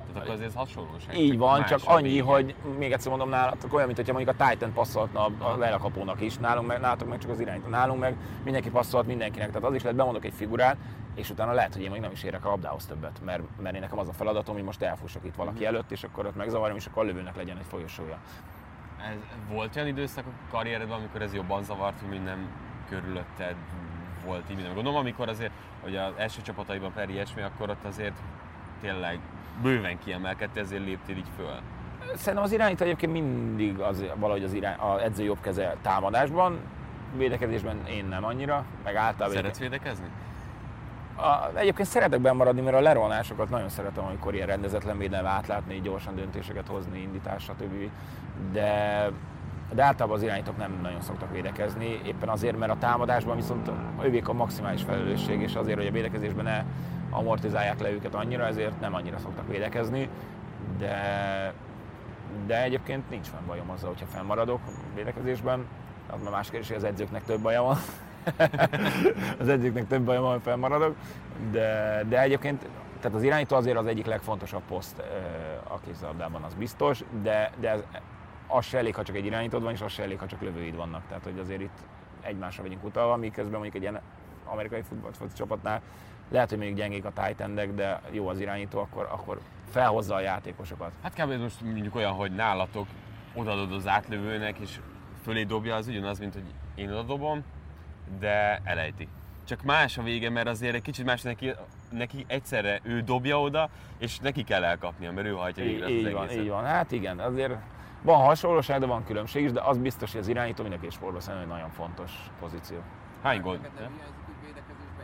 Tehát akkor azért hasonlóság. Így van, csak annyi, vége. hogy még egyszer mondom, nálatok olyan, mint hogyha mondjuk a Titan passzoltna a lelakapónak is, nálunk meg, nálatok meg csak az irányító. Nálunk meg mindenki passzolt mindenkinek, tehát az is lehet, bemondok egy figurát, és utána lehet, hogy én még nem is érek a labdához többet, mert, mert én nekem az a feladatom, hogy most elfussak itt valaki előtt, és akkor ott megzavarom, és akkor a lövőnek legyen egy folyosója. Ez, volt olyan időszak a karrieredben, amikor ez jobban zavart, hogy minden körülötted volt így minden. Gondolom, amikor azért, hogy az első csapataiban per ilyesmi, akkor ott azért tényleg bőven kiemelkedte, ezért léptél így föl. Szerintem az irányító egyébként mindig az, valahogy az irány, az edző jobb keze támadásban, védekezésben én nem annyira, meg általában... Szeretsz védekezni? A, egyébként szeretek benn maradni, mert a lerohanásokat nagyon szeretem, amikor ilyen rendezetlen védelme átlátni, gyorsan döntéseket hozni, indítás, stb. De, de általában az irányítók nem nagyon szoktak védekezni, éppen azért, mert a támadásban viszont ővék a maximális felelősség, és azért, hogy a védekezésben ne amortizálják le őket annyira, ezért nem annyira szoktak védekezni, de, de egyébként nincs fenn bajom azzal, hogyha fennmaradok védekezésben. Az már más kérdés, hogy az edzőknek több baja van. az edzőknek több baja van, hogy fennmaradok, de, de egyébként tehát az irányító azért az egyik legfontosabb poszt a kézilabdában, az biztos, de, de ez, az se elég, ha csak egy irányítód van, és az se elég, ha csak lövőid vannak. Tehát, hogy azért itt egymásra vagyunk utalva, miközben mondjuk egy ilyen amerikai futball csapatnál lehet, hogy mondjuk gyengék a tight endek, de jó az irányító, akkor, akkor felhozza a játékosokat. Hát kb. Most mondjuk olyan, hogy nálatok odaadod az átlövőnek, és fölé dobja, az ugyanaz, mint hogy én odadobom, de elejti. Csak más a vége, mert azért egy kicsit más neki, neki egyszerre ő dobja oda, és neki kell elkapnia, mert ő hajtja végre az Így van, egészet. így van. Hát igen, azért van hasonlóság, de van különbség is, de az biztos, hogy az irányító mindenki sportban szerintem egy nagyon fontos pozíció. Hány gólt? Neked nem hiányzik, hogy védekezésbe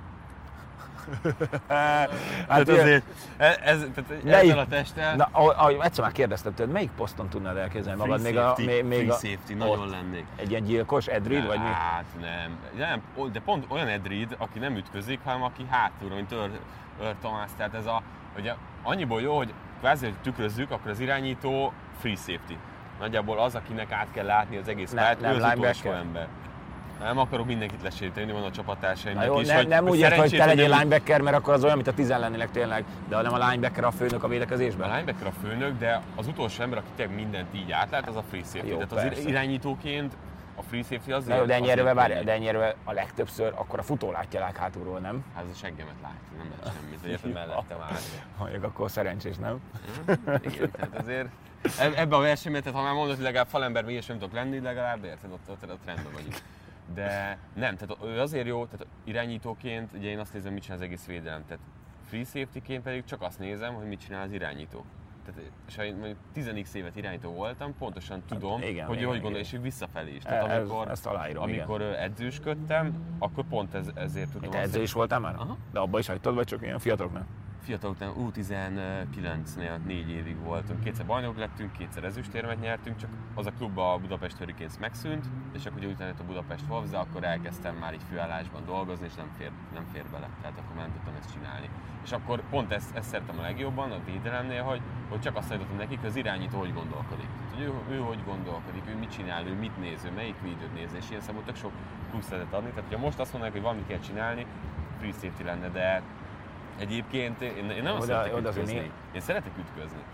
Hát Tehát azért ez, ez, tehát ezzel a testtel... Na, ahogy egyszer már kérdeztem tőled, melyik poszton tudnád elképzelni magad? Free Még a, safety, még, még free a, safety, nagyon ott. lennék. Egy ilyen gyilkos, Edrid, vagy mi? Hát nem. nem, de pont olyan Edrid, aki nem ütközik, hanem aki hátulra, mint Ör, Ör Tamás. Tehát ez a, ugye annyiból jó, hogy kvázi, hogy tükrözzük, akkor az irányító free safety. Nagyjából az, akinek át kell látni az egész pályát, ő az utolsó ember. Nem akarok mindenkit lesérteni, van a csapattársaimnak jó, is. ne, hogy, nem hogy úgy ért, hogy te legyél nem... linebacker, mert akkor az olyan, mint a tizen lennének tényleg, de hanem a linebacker a főnök a védekezésben. A linebacker a főnök, de az utolsó ember, aki tényleg mindent így átlát, az a free safety. Jó, Tehát az persze. irányítóként a free safety azért... Na jó, de ennyire, azért várj, könnyű. de ennyire a legtöbbször akkor a futó látja leg hátulról, nem? Hát ez a seggemet látja, nem lehet semmit, érted mellettem állni. Mondjuk akkor szerencsés, nem? Igen, tehát azért ebben a versenyben, tehát ha már mondod, hogy legalább falember még sem tudok lenni, legalább érted, ott, ott, ott rendben vagyunk. De nem, tehát ő azért jó, tehát irányítóként, ugye én azt nézem, mit csinál az egész védelem, tehát free safety-ként pedig csak azt nézem, hogy mit csinál az irányító. Tehát, és ha én mondjuk tíz x évet irányító voltam, pontosan tudom, hát, igen, hogy igen, ő hogy gondol, igen. és ő visszafelé is. Tehát Ez, amikor, ezt aláírom, amikor igen. edzősködtem, akkor pont ez, ezért tudom. Te azt, edző is voltál már? Aha. De abban is hagytad, vagy csak ilyen fiataloknál? Fiatal után U tizenkilencnél négy évig voltunk, kétszer bajnok lettünk, kétszer ezüstérmet nyertünk, csak az a klub a Budapest Hurricanes megszűnt, és akkor ugye utána jött a Budapest Wolves, de akkor elkezdtem már így főállásban dolgozni, és nem fér, nem fér bele, tehát akkor már nem tudtam ezt csinálni. És akkor pont ezt, ezt szerettem a legjobban a védelemnél, hogy, hogy csak azt tanítottam nekik, hogy az irányító hogy gondolkodik. Tehát, hogy ő, ő hogy gondolkodik, ő mit csinál, ő mit néz, ő melyik videót néz, és ilyen szempontból sok plusz lehetett adni. Tehát, hogyha most azt mondanak, hogy valamit kell csinálni, free safety lenne, de egyébként én, én nem azt Oda- szeretek oda ütközni. azért Én szeretek ütközni.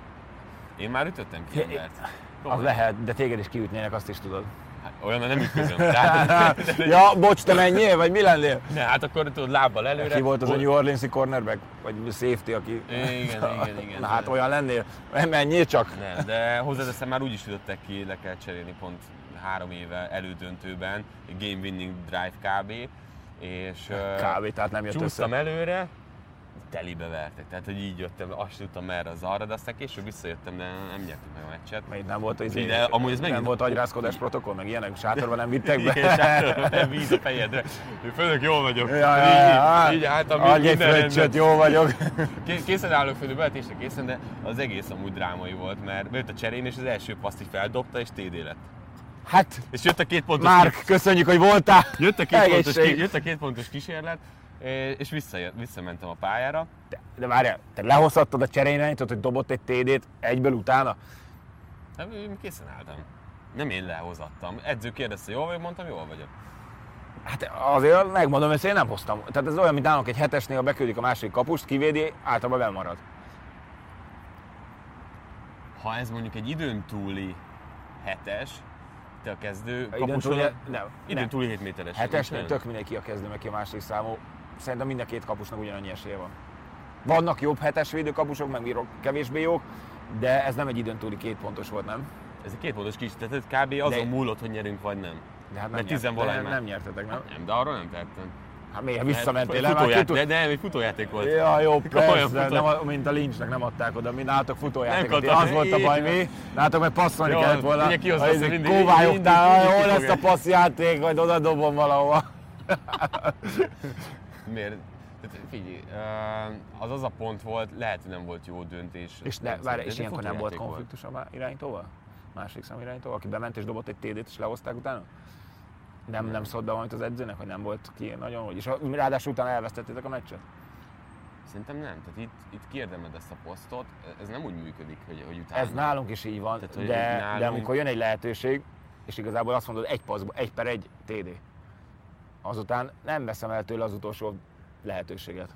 Én már ütöttem ki embert. Az Komolyan. lehet, de téged is kiütnének, azt is tudod. Hát, olyan, nem ütközöm. Tehát, Ja, bocs, te menjél, vagy mi lennél? ne, hát akkor tudod lábbal előre. Ki volt az a hol- New Orleans-i cornerback? Vagy safety, aki... Igen, igen, igen. Na hát olyan lennél? Menjél csak! Nem, de hozzáteszem, már úgy is ütöttek ki, le kell cserélni pont három éve elődöntőben, game winning drive kb. És Kb. Tehát nem jött csúsztam össze. előre, telibe vertek, tehát hogy így jöttem, azt tudtam merre az arra, de aztán később visszajöttem, de nem nyertük meg a meccset. Mert itt nem volt, az De amúgy ez nem megint- volt agyrázkodás protokoll, meg ilyenek, sátorban nem vittek be. Igen, sátorban nem víz a fejedre. Főnök, jól vagyok. Ja, ja, ja, így, így álltam, adj egy minden fröccsöt, rendben. jó vagyok. Ké- Készen állok fölül, beletésre készen, de az egész amúgy drámai volt, mert bejött a cserén, és az első paszt így feldobta, és té dé lett. Hát, És jött a két pontos, Márk, köszönjük, hogy voltál. jött a két pontos, Egészség. ki- jött a két pontos kísérlet, és visszajött, visszamentem a pályára. De, de várjál, te lehozhattad a cserényirányítót, hogy dobott egy té dét egyből utána? Nem, én készen álltam. Nem én lehozattam. Edző kérdezte, jól vagyok, mondtam, jól vagyok. Hát azért megmondom, ezt én nem hoztam. Tehát ez olyan, mint nálunk egy hetesnél, ha beküldik a második kapust, kivédi, általában bemarad. ha ez mondjuk egy időn túli hetes, te a kezdő Időn kapusod, túli, nem, időn nem. túli hét méteres. Hetesnél tök mindegy ki a kezdő, meg ki a második számú. Szerintem mind a két kapusnak ugyanannyi esélye van. Vannak jobb hetes védőkapusok, meg kevésbé jók, de ez nem egy időn túli két pontos volt, nem? Ez egy két pontos kis, tehát ez kb. Azon De... múlott, hogy nyerünk vagy nem. De hát nem, Mert nyert, tizenvalahány de már. nem nyertetek, nem? Nem, de arról nem tettem. Hát miért visszamentél? Nem, Nem, futóját, hát de nem, egy futójáték volt. Ja, jó, persze, futó... nem, a- mint a Lynchnek nem adták oda, mi nálatok futójátékot. kaptam. Az volt a baj, mi? Nálatok meg passzolni Jó, kellett volna. ugye kihozta azt, hogy mindig- Kóvályogtál, mindig- hol mindig lesz a passzjáték, majd oda dobom valahova. Miért? Tehát figyelj, az az a pont volt, lehet, hogy nem volt jó döntés. És, ne, Nem várj, szerint, és de ilyenkor nem volt futójáték konfliktus a irányítóval? Másik szám irányítóval, aki bement és dobott egy té dét és lehozták utána? Nem, nem szólt be valamit az edzőnek, hogy nem volt ki nagyon, hogy és ráadásul utána elvesztettétek a meccset? Szerintem nem, tehát itt, itt kiérdemed ezt a posztot, ez nem úgy működik, hogy, hogy utána. Ez nálunk is így van, Tehát, hogy de, nálunk- de amikor jön egy lehetőség, és igazából azt mondod, egy passzba, egy per egy té dé, azután nem veszem el tőle az utolsó lehetőséget.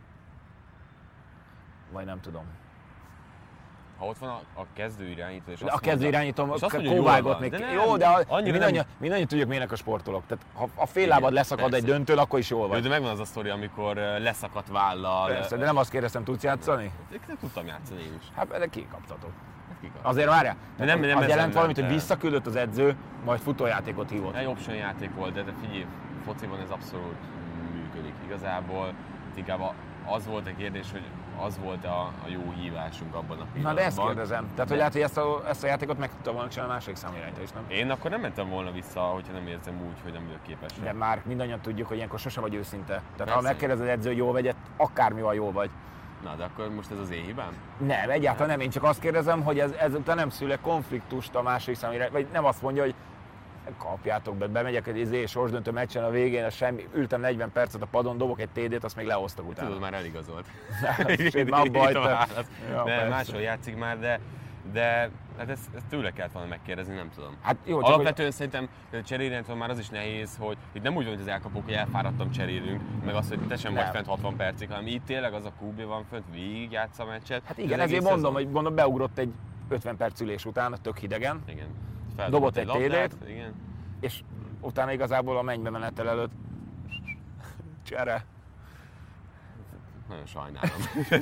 Vagy nem tudom. Ha ott van a, a kezdő irányító, és De azt a kezdő mondja- irányítom és azt mondja, hogy jól kóvágott van, még. de nem, Jó, de a, annyira mindannyian, nem- mindannyian tudjuk, milyenek a sportolók. Tehát ha a fél Igen, lábad leszakad egy persze. döntől, akkor is jól Jó, vagy. de megvan az a sztori, amikor ö, leszakadt vállal. Persze, de nem azt kérdeztem, tudsz játszani? Nem tudtam játszani én is. Hát de kikaptatok. Hát kikap. Azért várjál, De nem- nem az ezen jelent valamit, hogy ment el. visszaküldött az edző, majd futójátékot hívott. Egy option játék volt, de, de figyelj, fociban ez abszolút működik. Igazából inkább a- az volt a kérdés, hogy az volt a, a jó hívásunk abban a pillanatban. Na de ezt kérdezem. Tehát, hogy De- lehet, hogy ezt a, ezt a játékot meg tudta volna csinálni a második számú irányító is, nem? Én akkor nem mentem volna vissza, hogyha nem érzem úgy, hogy nem vagyok képes. De már mindannyian tudjuk, hogy ilyenkor sosem vagy őszinte. Tehát ha Persze. megkérdezed az edző, hogy jól vagy, akármi van, jól vagy. Na, de akkor most ez az én hibám? Nem, egyáltalán nem. Én csak azt kérdezem, hogy ez, ezután nem szül konfliktust a második számú irányító, vagy nem azt mondja, hogy kapjátok be, bemegyek egy izé sorsdöntő meccsen a végén, a semmi, ültem negyven percet a padon, dobok egy té dét, azt még lehoztak utána. Tudod, már eligazolt. Sőt, már abba Itt a hagyta. válasz. Ja, De persze. máshol játszik már, de, de hát ezt, ezt tőle kellett volna megkérdezni, nem tudom. Hát jó, csak Alapvetően szerintem cserélentől már az is nehéz, hogy itt nem úgy van, hogy az elkapók, hogy elfáradtam cserélünk, meg az, hogy te sem vagy Nem. fent hatvan percig, hanem itt tényleg az a kú bé van fönt, végig játsza a meccset. Hát igen, Ez ezért egész mondom, szezon. hogy gondolom beugrott egy ötven perc ülés után, tök hidegen, Igen. dobott egy té labdát, dét. Igen. és utána igazából a mennybe menetel előtt csere. Nagyon sajnálom.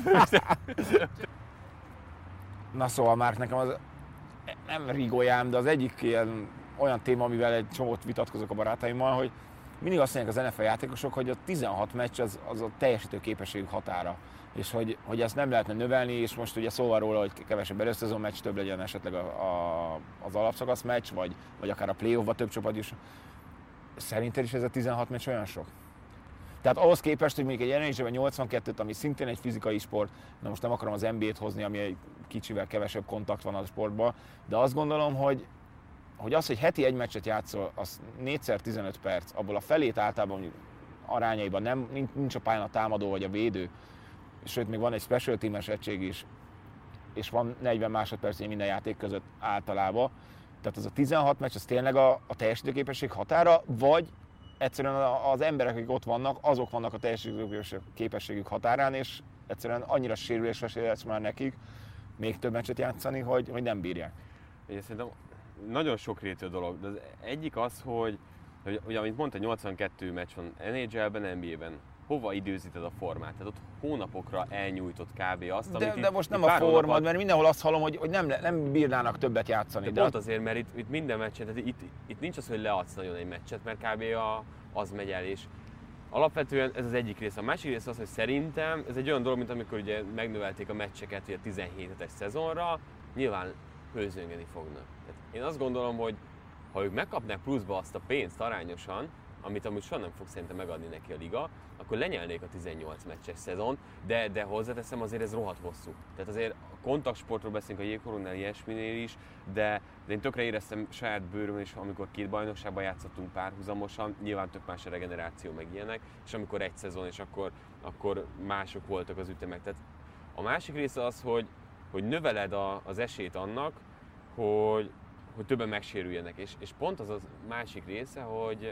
Na szóval már nekem az nem rigójám, de az egyik ilyen olyan téma, amivel egy csomót vitatkozok a barátaimmal, hogy mindig azt mondják az en ef el játékosok, hogy a tizenhat meccs az, az a teljesítő képességük határa. És hogy, hogy ezt nem lehetne növelni, és most ugye szó van róla, hogy kevesebb előszezon meccs, több legyen esetleg a, a, az alapszakasz meccs, vagy, vagy akár a play-offba több csapat is. Szerinted is ez a tizenhat meccs olyan sok? Tehát ahhoz képest, hogy még egy en há el-ben nyolcvankettőt, ami szintén egy fizikai sport, de most nem akarom az en bé á-t hozni, ami egy kicsivel kevesebb kontakt van a sportban, de azt gondolom, hogy, hogy az, hogy heti egy meccset játszol, az négyszer tizenöt perc, abból a felét általában arányaiban nem, nincs, nincs a pályán a támadó vagy a védő, sőt, még van egy special team-es egység is, és van negyven másodperc minden játék között általában. Tehát az a tizenhat meccs, az tényleg a, a teljesítőképesség határa, vagy egyszerűen az emberek, akik ott vannak, azok vannak a teljesítőképességük határán, és egyszerűen annyira sérülésre lesz már nekik még több meccset játszani, hogy, hogy nem bírják. Én szerintem nagyon sokrétű a dolog, de az egyik az, hogy, hogy ugye, amit mondta, nyolcvankettő meccs van en há el-ben, en bé á-ben. Hova időzíted a formát? Tehát ott hónapokra elnyújtott kb. Azt, De, amit de itt, most itt nem a pár formad, hónap mert mindenhol azt hallom, hogy, hogy nem, nem bírnának többet játszani. De, De pont azért, mert itt, itt minden meccset, tehát itt, itt nincs az, hogy leadsz nagyon egy meccset, mert kb. A, az megy el, és alapvetően ez az egyik része. A másik része az, hogy szerintem ez egy olyan dolog, mint amikor ugye megnövelték a meccseket ugye a tizenhét hetes szezonra, nyilván hőzöngeni fognak. Tehát én azt gondolom, hogy ha ők megkapnák pluszba azt a pénzt arányosan, amit amúgy soha nem fog szerintem megadni neki a liga, akkor lenyelnék a tizennyolc meccses szezon, de, de hozzáteszem, azért ez rohadt hosszú. Tehát azért a kontaktsportról beszélünk a jégkoronnál, ilyesminél is, de, de én tökre éreztem saját bőrömön is, amikor két bajnokságban játszottunk párhuzamosan, nyilván több más a regeneráció meg ilyenek, és amikor egy szezon, és akkor, akkor mások voltak az ütemek. Tehát a másik része az, hogy, hogy növeled a, az esélyt annak, hogy, hogy többen megsérüljenek, és, és pont az a másik része, hogy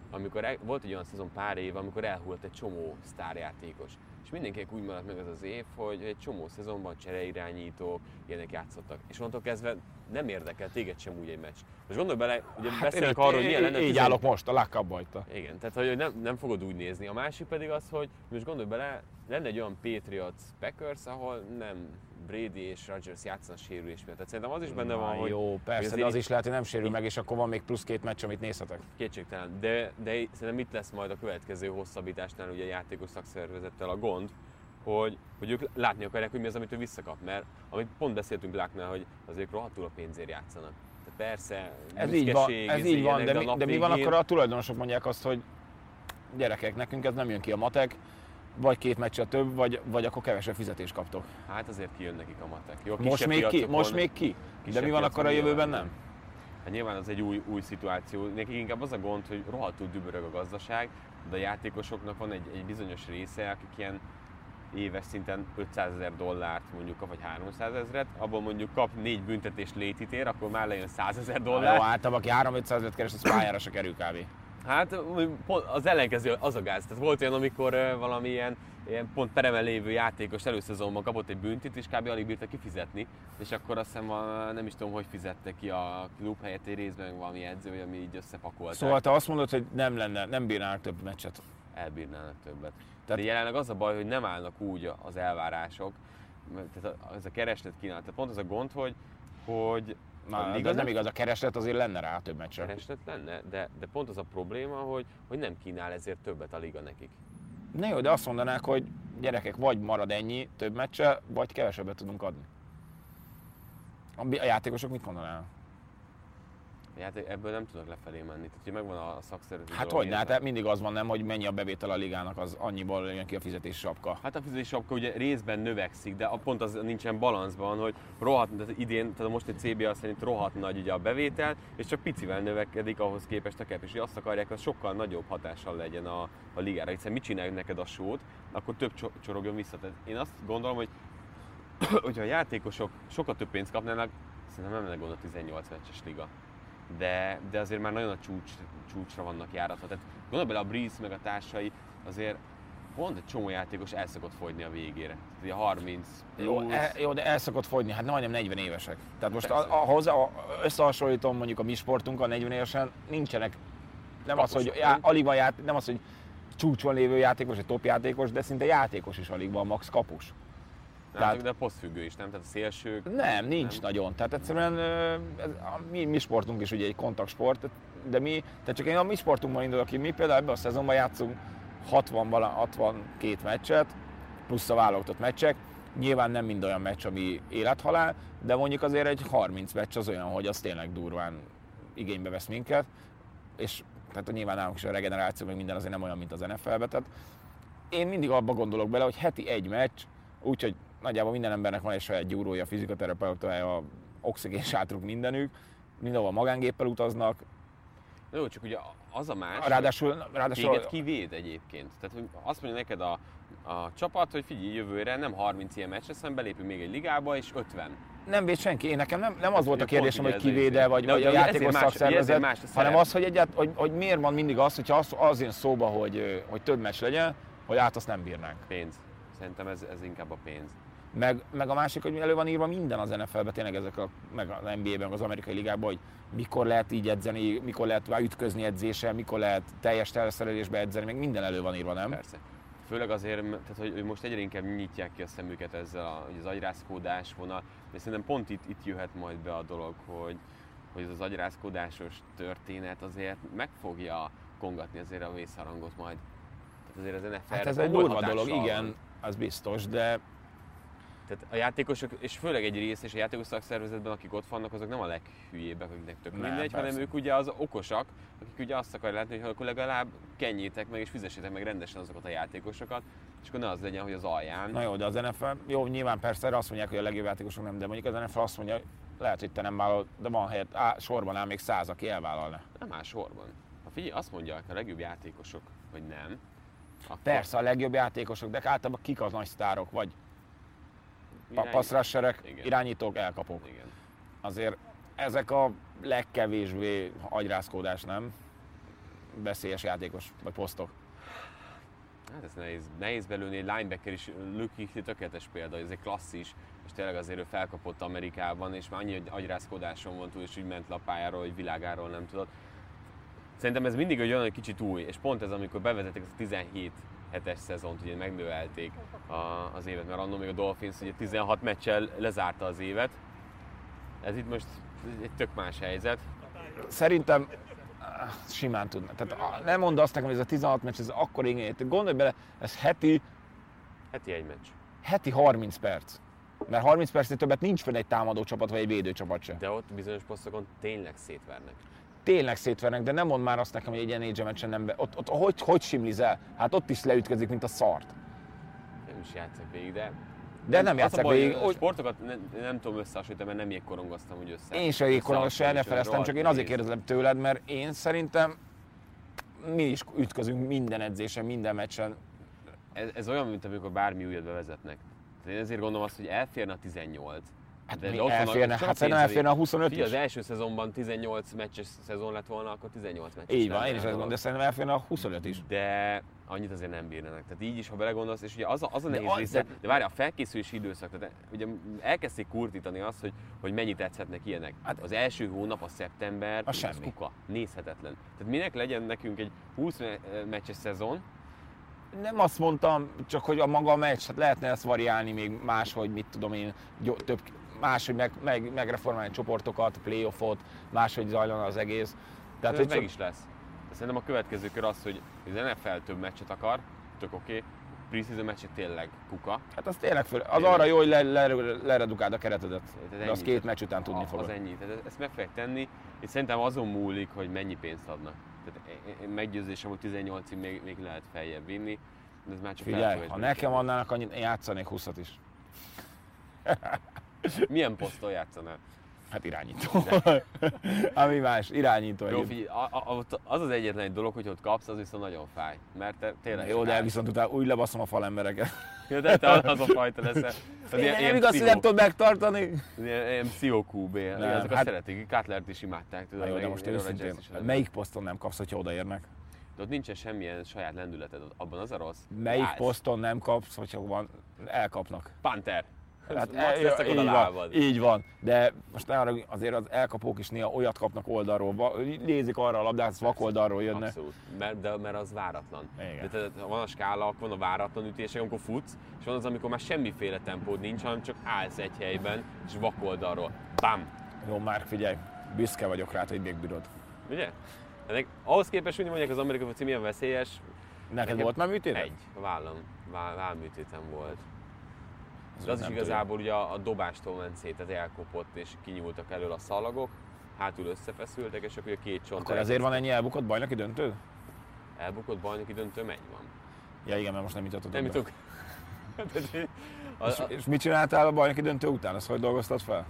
amikor el, volt egy olyan szezon pár év, amikor elhullott egy csomó sztárjátékos. És mindenkinek úgy maradt meg az az év, hogy egy csomó szezonban csereirányítók, ilyenek játszottak. És onnantól kezdve nem érdekel téged sem úgy egy meccs. Most gondolj bele, ugye hát beszélünk arról, hogy milyen lenne... Így tizen... állok most, a lákkabba hagyta. Igen, tehát hogy nem, nem fogod úgy nézni. A másik pedig az, hogy most gondolj bele, lenne egy olyan Patriots Packers, ahol nem Brady és Rodgers játszanak sérülés miatt. Tehát szerintem az is benne van, Na, hogy... Jó, persze, de az is lehet, hogy nem sérül meg, és akkor van még plusz két meccs, amit nézhetek. Kétségtelen, de, de szerintem itt lesz majd a következő hosszabbításnál ugye a játékos szakszervezettel a gond, hogy, hogy ők látni akarják, hogy mi az, amit ő visszakap, mert amit pont beszéltünk Láknál, hogy azért rohadtul a pénzért játszanak. Tehát persze, ez így van, ez így van, de, de, mi, de mi van akkor a tulajdonosok mondják azt, hogy gyerekek, nekünk ez nem jön ki a matek, vagy két meccsel több, vagy, vagy akkor kevesebb fizetést kaptok. Hát azért kijön nekik a matek. Jó, most még ki, most még ki, de mi van akkor a jövőben nem? Hát nyilván az egy új, új szituáció. Nekik inkább az a gond, hogy rohadtul dübörög a gazdaság, de a játékosoknak van egy, egy bizonyos része, akik ilyen éves szinten ötszázezer dollárt mondjuk kap, vagy háromszázezret, abból mondjuk kap négy büntetést létítér, akkor már lejön százezer dollár. Jó, általában aki három-ötszázezret keres, az pályára se kerül kb. Hát az ellenkező az a gáz. Tehát volt olyan, amikor valami ilyen, ilyen pont peremel lévő játékos előszezonban kapott egy büntit, és kb. Alig bírta kifizetni, és akkor azt hiszem a, nem is tudom, hogy fizette ki a klub helyett egy részben valami edző, ami így összepakolták. Szóval te azt mondod, hogy nem lenne, nem bírnának több meccset? Elbírnának többet. Tehát... De jelenleg az a baj, hogy nem állnak úgy az elvárások, tehát ez a kereslet kínálat. Tehát pont az a gond, hogy, hogy Na, de ez nem igaz, a kereslet azért lenne rá több meccsre. Kereslet lenne, de, de pont az a probléma, hogy, hogy nem kínál ezért többet a liga nekik. Na jó, de azt mondanák, hogy gyerekek, vagy marad ennyi több meccse, vagy kevesebbet tudunk adni. A játékosok mit mondanának? Hát ebből nem tudok lefelé menni, tehát hogy megvan a szakszervezet. Hát hogy, de hát mindig az van nem, hogy mennyi a bevétel a ligának, az annyiból jön ki a fizetési sapka. Hát a fizetési sapka ugye részben növekszik, de pont az nincsen balanszban, hogy rohadt, tehát idén, tehát most egy cé bé á szerint rohadt nagy ugye a bevétel, és csak picivel növekedik ahhoz képest a cap, és azt akarják, hogy sokkal nagyobb hatással legyen a, a ligára, hiszen mit csináljuk neked a sót, akkor több csorogjon vissza. Tehát én azt gondolom, hogy hogyha a játékosok sokkal több pénzt kapnának, szerintem nem lenne gond a tizennyolc meccses liga. De, de azért már nagyon a csúcs, csúcsra vannak járatva. Tehát gondolj bele, a Breeze meg a társai azért pont egy csomó játékos el szokott fogyni a végére. Ugye harminc jó, el, jó, de el szokott fogyni, hát majdnem negyven évesek. Tehát most a, a, hozzá, a, összehasonlítom mondjuk a mi sportunkkal negyven évesen, nincsenek, nem Kapos, az, hogy já, alig van ját, nem az, hogy csúcson lévő játékos, egy top játékos, de szinte játékos is alig van, max kapus. Nem, tehát, de a posztfüggő is, nem? Tehát a szélsők... Nem, nincs nem. Nagyon. Tehát egyszerűen ez, a mi, mi sportunk is ugye egy kontaktsport, de mi, tehát csak én a mi sportunkban indulok ki, mi például ebben a szezonban játszunk hatvan, hatvankét meccset, plusz a válogatott meccsek. Nyilván nem mind olyan meccs, ami élethalál, de mondjuk azért egy harminc meccs az olyan, hogy az tényleg durván igénybe vesz minket, és tehát nyilván nálunk is a regeneráció, meg minden azért nem olyan, mint az en ef el-ben. Tehát én mindig abba gondolok bele, hogy heti egy meccs, úgyhogy nagyjából minden embernek van egy saját gyúrója, fizikoterapeutája, oxigénsátruk mindenük, mindenhol magángéppel utaznak. Jó, csak ugye az a más, ráadásul, ráadásul téged kivéd egyébként. Tehát hogy azt mondja neked a, a csapat, hogy figyelj, jövőre nem harminc ilyen meccs, hanem belépünk még egy ligába, és ötven. Nem véd senki. Én nekem nem, nem az volt a kérdésem, hogy kivéde, vagy, vagy a játékos szakszervezet, hanem az, hogy, egyált, hogy, hogy miért van mindig az, hogyha az, az jön szóba, hogy, hogy több meccs legyen, hogy át azt nem bírnánk. Pénz. Szerintem ez, ez inkább a pénz. Meg, meg a másik, hogy elő van írva minden az en ef el-ben, tényleg ezek a, meg az en bé á-ben, az amerikai ligában, hogy mikor lehet így edzeni, mikor lehet ütközni edzéssel, mikor lehet teljes felszerelésbe edzeni, meg minden elő van írva, nem? Persze. Főleg azért, tehát, hogy most egyre inkább nyitják ki a szemüket ezzel a, az agyrázkódás vonal, és szerintem pont itt, itt jöhet majd be a dolog, hogy, hogy ez az agyrázkódásos történet azért meg fogja kongatni azért a vészharangot majd. Tehát azért az en ef el-re hát ez egy durva dolog, igen, az biztos, de tehát a játékosok, és főleg egy rész, és a játékos szakszervezetben, akik ott vannak, azok nem a leghülyébbek, akiknek tök nem, mindegy, persze. hanem ők ugye az okosak, akik ugye azt akarják látni, hogy akkor legalább kenjétek meg és fizessétek meg rendesen azokat a játékosokat, és akkor ne az legyen, hogy az alján. Na jó, de az en ef el, jó, nyilván persze erre azt mondják, hogy a legjobb játékosok nem, de mondjuk az en ef el azt mondja, hogy lehet, hogy te nem vállalod, de van helyett, á, sorban áll még száz, aki elvállalna. Nem áll sorban. Ha figyelj, azt mondják a legjobb játékosok, hogy nem. Akkor... Persze a legjobb játékosok, de általában kik az nagy sztárok, vagy passzrasserek, irányítók, elkapók. Igen. Azért ezek a legkevésbé agyrázkódás, nem? veszélyes játékos, vagy posztok. Hát ez nehéz, nehéz belőni, egy linebacker is, Luke Kuechly tökéletes példa, ez egy klasszis, és tényleg azért ő felkapott Amerikában, és már annyi agyrázkodáson van túl, és úgy ment le a pályáról, hogy világáról nem tudott. Szerintem ez mindig olyan, hogy kicsit új, és pont ez, amikor bevezették ezt a tizenhét hetes szezont, ugye megnövelték a, az évet, mert annól még a Dolphins ugye tizenhat meccsel lezárta az évet. Ez itt most egy tök más helyzet. Szerintem simán tudna. Tehát nem mondd azt nekem, hogy ez a tizenhat meccs, ez akkor igen. Gondolj bele, ez heti, Heti egy meccs. heti harminc perc. Mert harminc percnél többet nincs fenn egy támadó csapat, vagy egy védő csapat se. De ott bizonyos posztokon tényleg szétvernek. Tényleg szétvernek, de nem mondd már azt nekem, hogy egy en há el meccsen nem be... Ott, ott hogy, hogy simliz el? Hát ott is leütközik, mint a szart. Nem is játszak végig, de... De nem az a játszák baj, végig. A sportokat nem, nem tudom összehasonlítani, mert nem jégkorongoztam úgy össze. Én sem jégkorongoztam, se en ef el-eztem, csak én azért kérdezem tőled, mert én szerintem mi is ütközünk minden edzésen, minden meccsen. Ez, ez olyan, mint amikor bármi újat bevezetnek. Én ezért gondolom azt, hogy elférne a tizennyolc. Hát de mi ott elférne? van, Hát szerintem elférne a huszonöt Fia, is. az első szezonban tizennyolc meccses szezon lett volna, akkor tizennyolc meccses. Így van, én is ezt mondom, de szerintem elférne a huszonöt is. De annyit azért nem bírnának. Tehát így is, ha belegondolsz, és ugye az a, az a De nehéz az- része, de- de várj, a felkészülési időszak, tehát ugye elkezdték kurtítani azt, hogy, hogy mennyit edzhetnek ilyenek. Hát- Az első hónap, a szeptember, Az semmi. kuka, nézhetetlen. Tehát minek legyen nekünk egy húsz me- meccses szezon, Nem azt mondtam, csak hogy a maga a meccs, hát lehetne ezt variálni még máshogy, mit tudom én, gyo- több, máshogy meg, meg, megreformálni csoportokat, playoffot, máshogy zajlana az egész. tehát hogy ez meg csak- is lesz. De szerintem a következő kör az, hogy az en ef el több meccset akar, tök oké, okay. Preseason meccsek tényleg kuka. Hát az tényleg föl, az Tényleg. arra jó, hogy le, le, leredukáld a keretedet, Tehát de az ennyi. két meccs után tudni A- fogod. Az ennyi. Tehát ezt meg fogják tenni, és szerintem azon múlik, hogy mennyi pénzt adnak. Tehát én- én meggyőzésem, hogy tizennyolcig még, még lehet feljebb vinni, de ez már csak Figyelj, felfogás ha meg nekem kell. adnának annyit, én játszanék húszat is. Milyen poszton játszanál? Hát irányító. Ami más, irányító. Jó, egyébként. figyelj, a- a- ott az az egyetlen egy dolog, hogy ott kapsz, az viszont nagyon fáj. Mert te tényleg Jó, de fáj. viszont utána úgy lebaszom a falembereket. Jó, de te az a fajta leszel. Az Én nem igaz, hogy nem tudod megtartani. Ilyen, ilyen pszichokúbé. Nem, Azok hát- hát... szeretik, Cutlert is imádták. Tudod, Na jó, de meg most Aaron őszintén, Rodgers is, melyik poszton nem kapsz, hogyha odaérnek? De ott nincsen semmilyen saját lendületed, abban az a rossz. Melyik Állsz. poszton nem kapsz, hogyha van, elkapnak? Panther. Hát Max e- leszek így, oda van, lábad. így van, de most ne arra, azért az elkapók is néha olyat kapnak oldalról, va- nézik arra a labdát, az vak oldalról jönne. Abszolút, mert, de, mert az váratlan. Igen. De tehát van a skála, akkor van a váratlan ütések, amikor futsz, és van az, amikor már semmiféle tempód nincs, hanem csak állsz egy helyben, és vakoldalról. Bam! Jó, Márk, figyelj, büszke vagyok rá, hogy még bírod. Ugye? Ennek, ahhoz képest, hogy mondják, az amerikai foci milyen veszélyes. Neked nekem volt már műtéted? Egy, a vállam, vá, vállműtétem volt. Az De az is nem igazából ugye a, a dobástól ment szét, tehát elkopott és kinyúltak elől a szalagok, hátul összefeszültek, és akkor a két csont Akkor ezért van ennyi elbukott bajnoki döntő? elbukott bajnoki döntő, megy van. Ja igen, mert most nem jutottad Nem be. jutok. a, És, a, és mit csináltál a bajnoki döntő után? Azt hogy dolgoztad fel?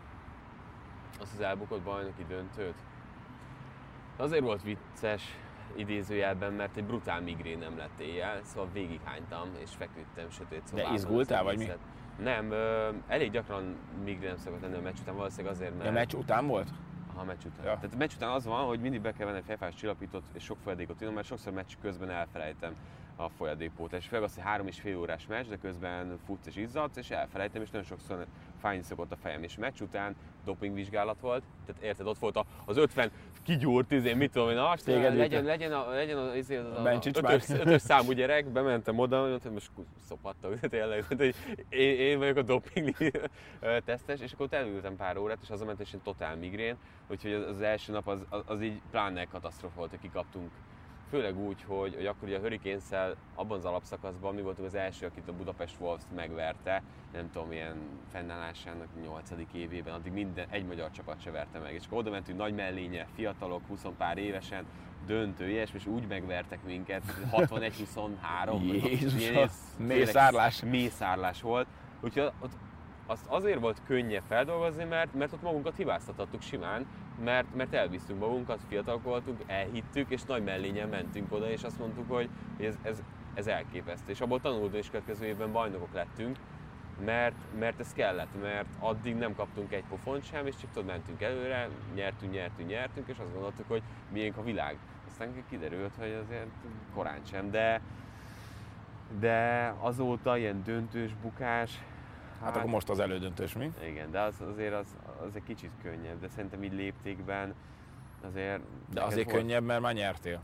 azt az elbukott bajnoki döntőt. Azért volt vicces idézőjelben, mert egy brutál migrénem lett éjjel, szóval végighánytam és feküdtem sötét szobában. izgultál, az vagy mi? egészet. Nem, ö, elég gyakran migrénem szokott lenni a meccs után, valószínűleg azért, mert... A meccs után volt? Aha, meccs után. Ja. Tehát a meccs után az van, hogy mindig be kell venni fejfás csillapítót és sok folyadékot inom, mert sokszor meccs közben elfelejtem a folyadékpót. És főleg az, hogy három és fél órás meccs, de közben futsz és izzadsz, és elfelejtem, és nagyon sokszor fájni szokott a fejem. És meccs után dopingvizsgálat volt, tehát érted, ott volt az ötven kigyúrt, izé, mit tudom én, azt, Téged legyen, vitte. legyen, a, legyen a, izé, az a, Bencsics ötös, már. ötös számú gyerek, bementem oda, mondtam, most szopattak, de tényleg, tehát, hogy én, én vagyok a doping tesztes, és akkor ott elültem pár órát, és hazament, és egy totál migrén, úgyhogy az, az első nap az, az, az így pláne katasztrófa volt, hogy kikaptunk. Főleg úgy, hogy, hogy akkor ugye a Hurricanes-szel abban az alapszakaszban mi voltunk az első, akit a Budapest Wolves megverte, nem tudom, ilyen fennállásának nyolcadik évében, addig minden, egy magyar csapat se verte meg. És akkor oda mentünk nagy mellénye, fiatalok, húsz pár évesen, döntő, ilyesmi, és úgy megvertek minket, hatvanegy huszonhárom. Jézusom, mészárlás. Mészárlás volt. Úgyhogy ott azt azért volt könnyebb feldolgozni, mert, mert ott magunkat hibáztathattuk simán, mert, mert elvisztünk magunkat, fiatalok voltunk, elhittük, és nagy mellényen mentünk oda, és azt mondtuk, hogy ez, ez, ez elképesztő. És abból tanultunk, és következő évben bajnokok lettünk, mert, mert ez kellett, mert addig nem kaptunk egy pofont sem, és csak tudod, mentünk előre, nyertünk, nyertünk, nyertünk, és azt gondoltuk, hogy miénk a világ. aztán kiderült, hogy azért korán sem, de, de azóta ilyen döntős bukás. Hát, hát akkor most az elődöntős, mi? Igen, de az, azért az, az egy kicsit könnyebb, de szerintem így léptékben azért... De azért volt... könnyebb, mert már nyertél.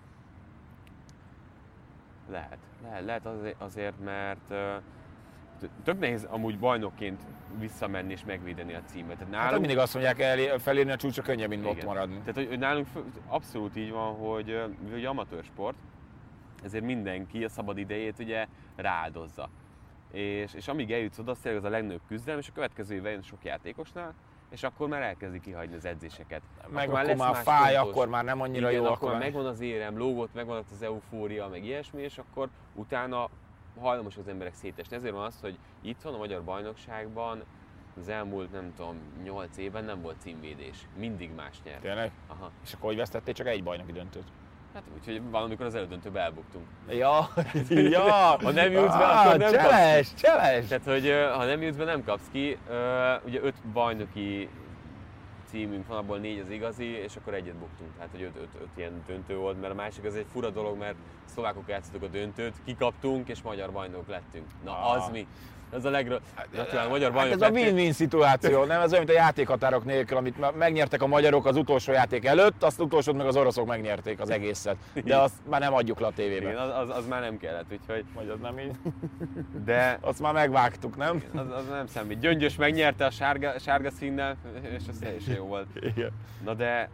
Lehet, lehet, lehet azért, azért mert uh, tök nehéz amúgy bajnokként visszamenni és megvédeni a címet. Tehát nálunk... Hát mindig azt mondják, el, felérni a csúcsra könnyebb, mint igen. Ott maradni. Tehát hogy nálunk abszolút így van, hogy, hogy amatőr sport, ezért mindenki a szabad idejét ugye rááldozza. És, és amíg eljutsz oda, az a legnagyobb küzdelem, és a következő évben jön sok játékosnál, és akkor már elkezdi kihagyni az edzéseket. Meg akkor, akkor már fáj, fontos, akkor már nem annyira igen, jó. Akkor már megvan az érem, lógott, megvan az eufória, meg ilyesmi, és akkor utána hajlamos az emberek szétesni. Ezért van az, hogy itthon a magyar bajnokságban az elmúlt, nem tudom, nyolc évben nem volt címvédés. Mindig más nyert. Tényleg? Aha. És akkor hogy vesztettél csak egy bajnoki döntőt? Hát úgyhogy valamikor az elődöntőben elbuktunk. Ja, ja. Ha nem jutsz be, akkor nem cseles, kapsz. Cseles, Tehát, hogy ha nem jutsz be, nem kapsz ki. Ugye öt bajnoki címünk van, abból négy az igazi, és akkor egyet buktunk. Tehát, hogy öt, öt, öt ilyen döntő volt, mert a másik az egy fura dolog, mert szlovákok játszottuk a döntőt, kikaptunk, és magyar bajnok lettünk. Na, ah. az mi? Ez a legrosszabb. Magyar bajnok hát ez a win-win szituáció, nem? Ez olyan, mint a játékhatárok nélkül, amit megnyertek a magyarok az utolsó játék előtt, azt utolsót meg az oroszok megnyerték az egészet. De azt már nem adjuk le a tévébe. Igen, az, az, az már nem kellett, úgyhogy... Vagy az nem így? De... Azt már megvágtuk, nem? Igen, az, az nem számít. Gyöngyös megnyerte a sárga, sárga színnel, és az teljesen jó volt. Igen. Na de...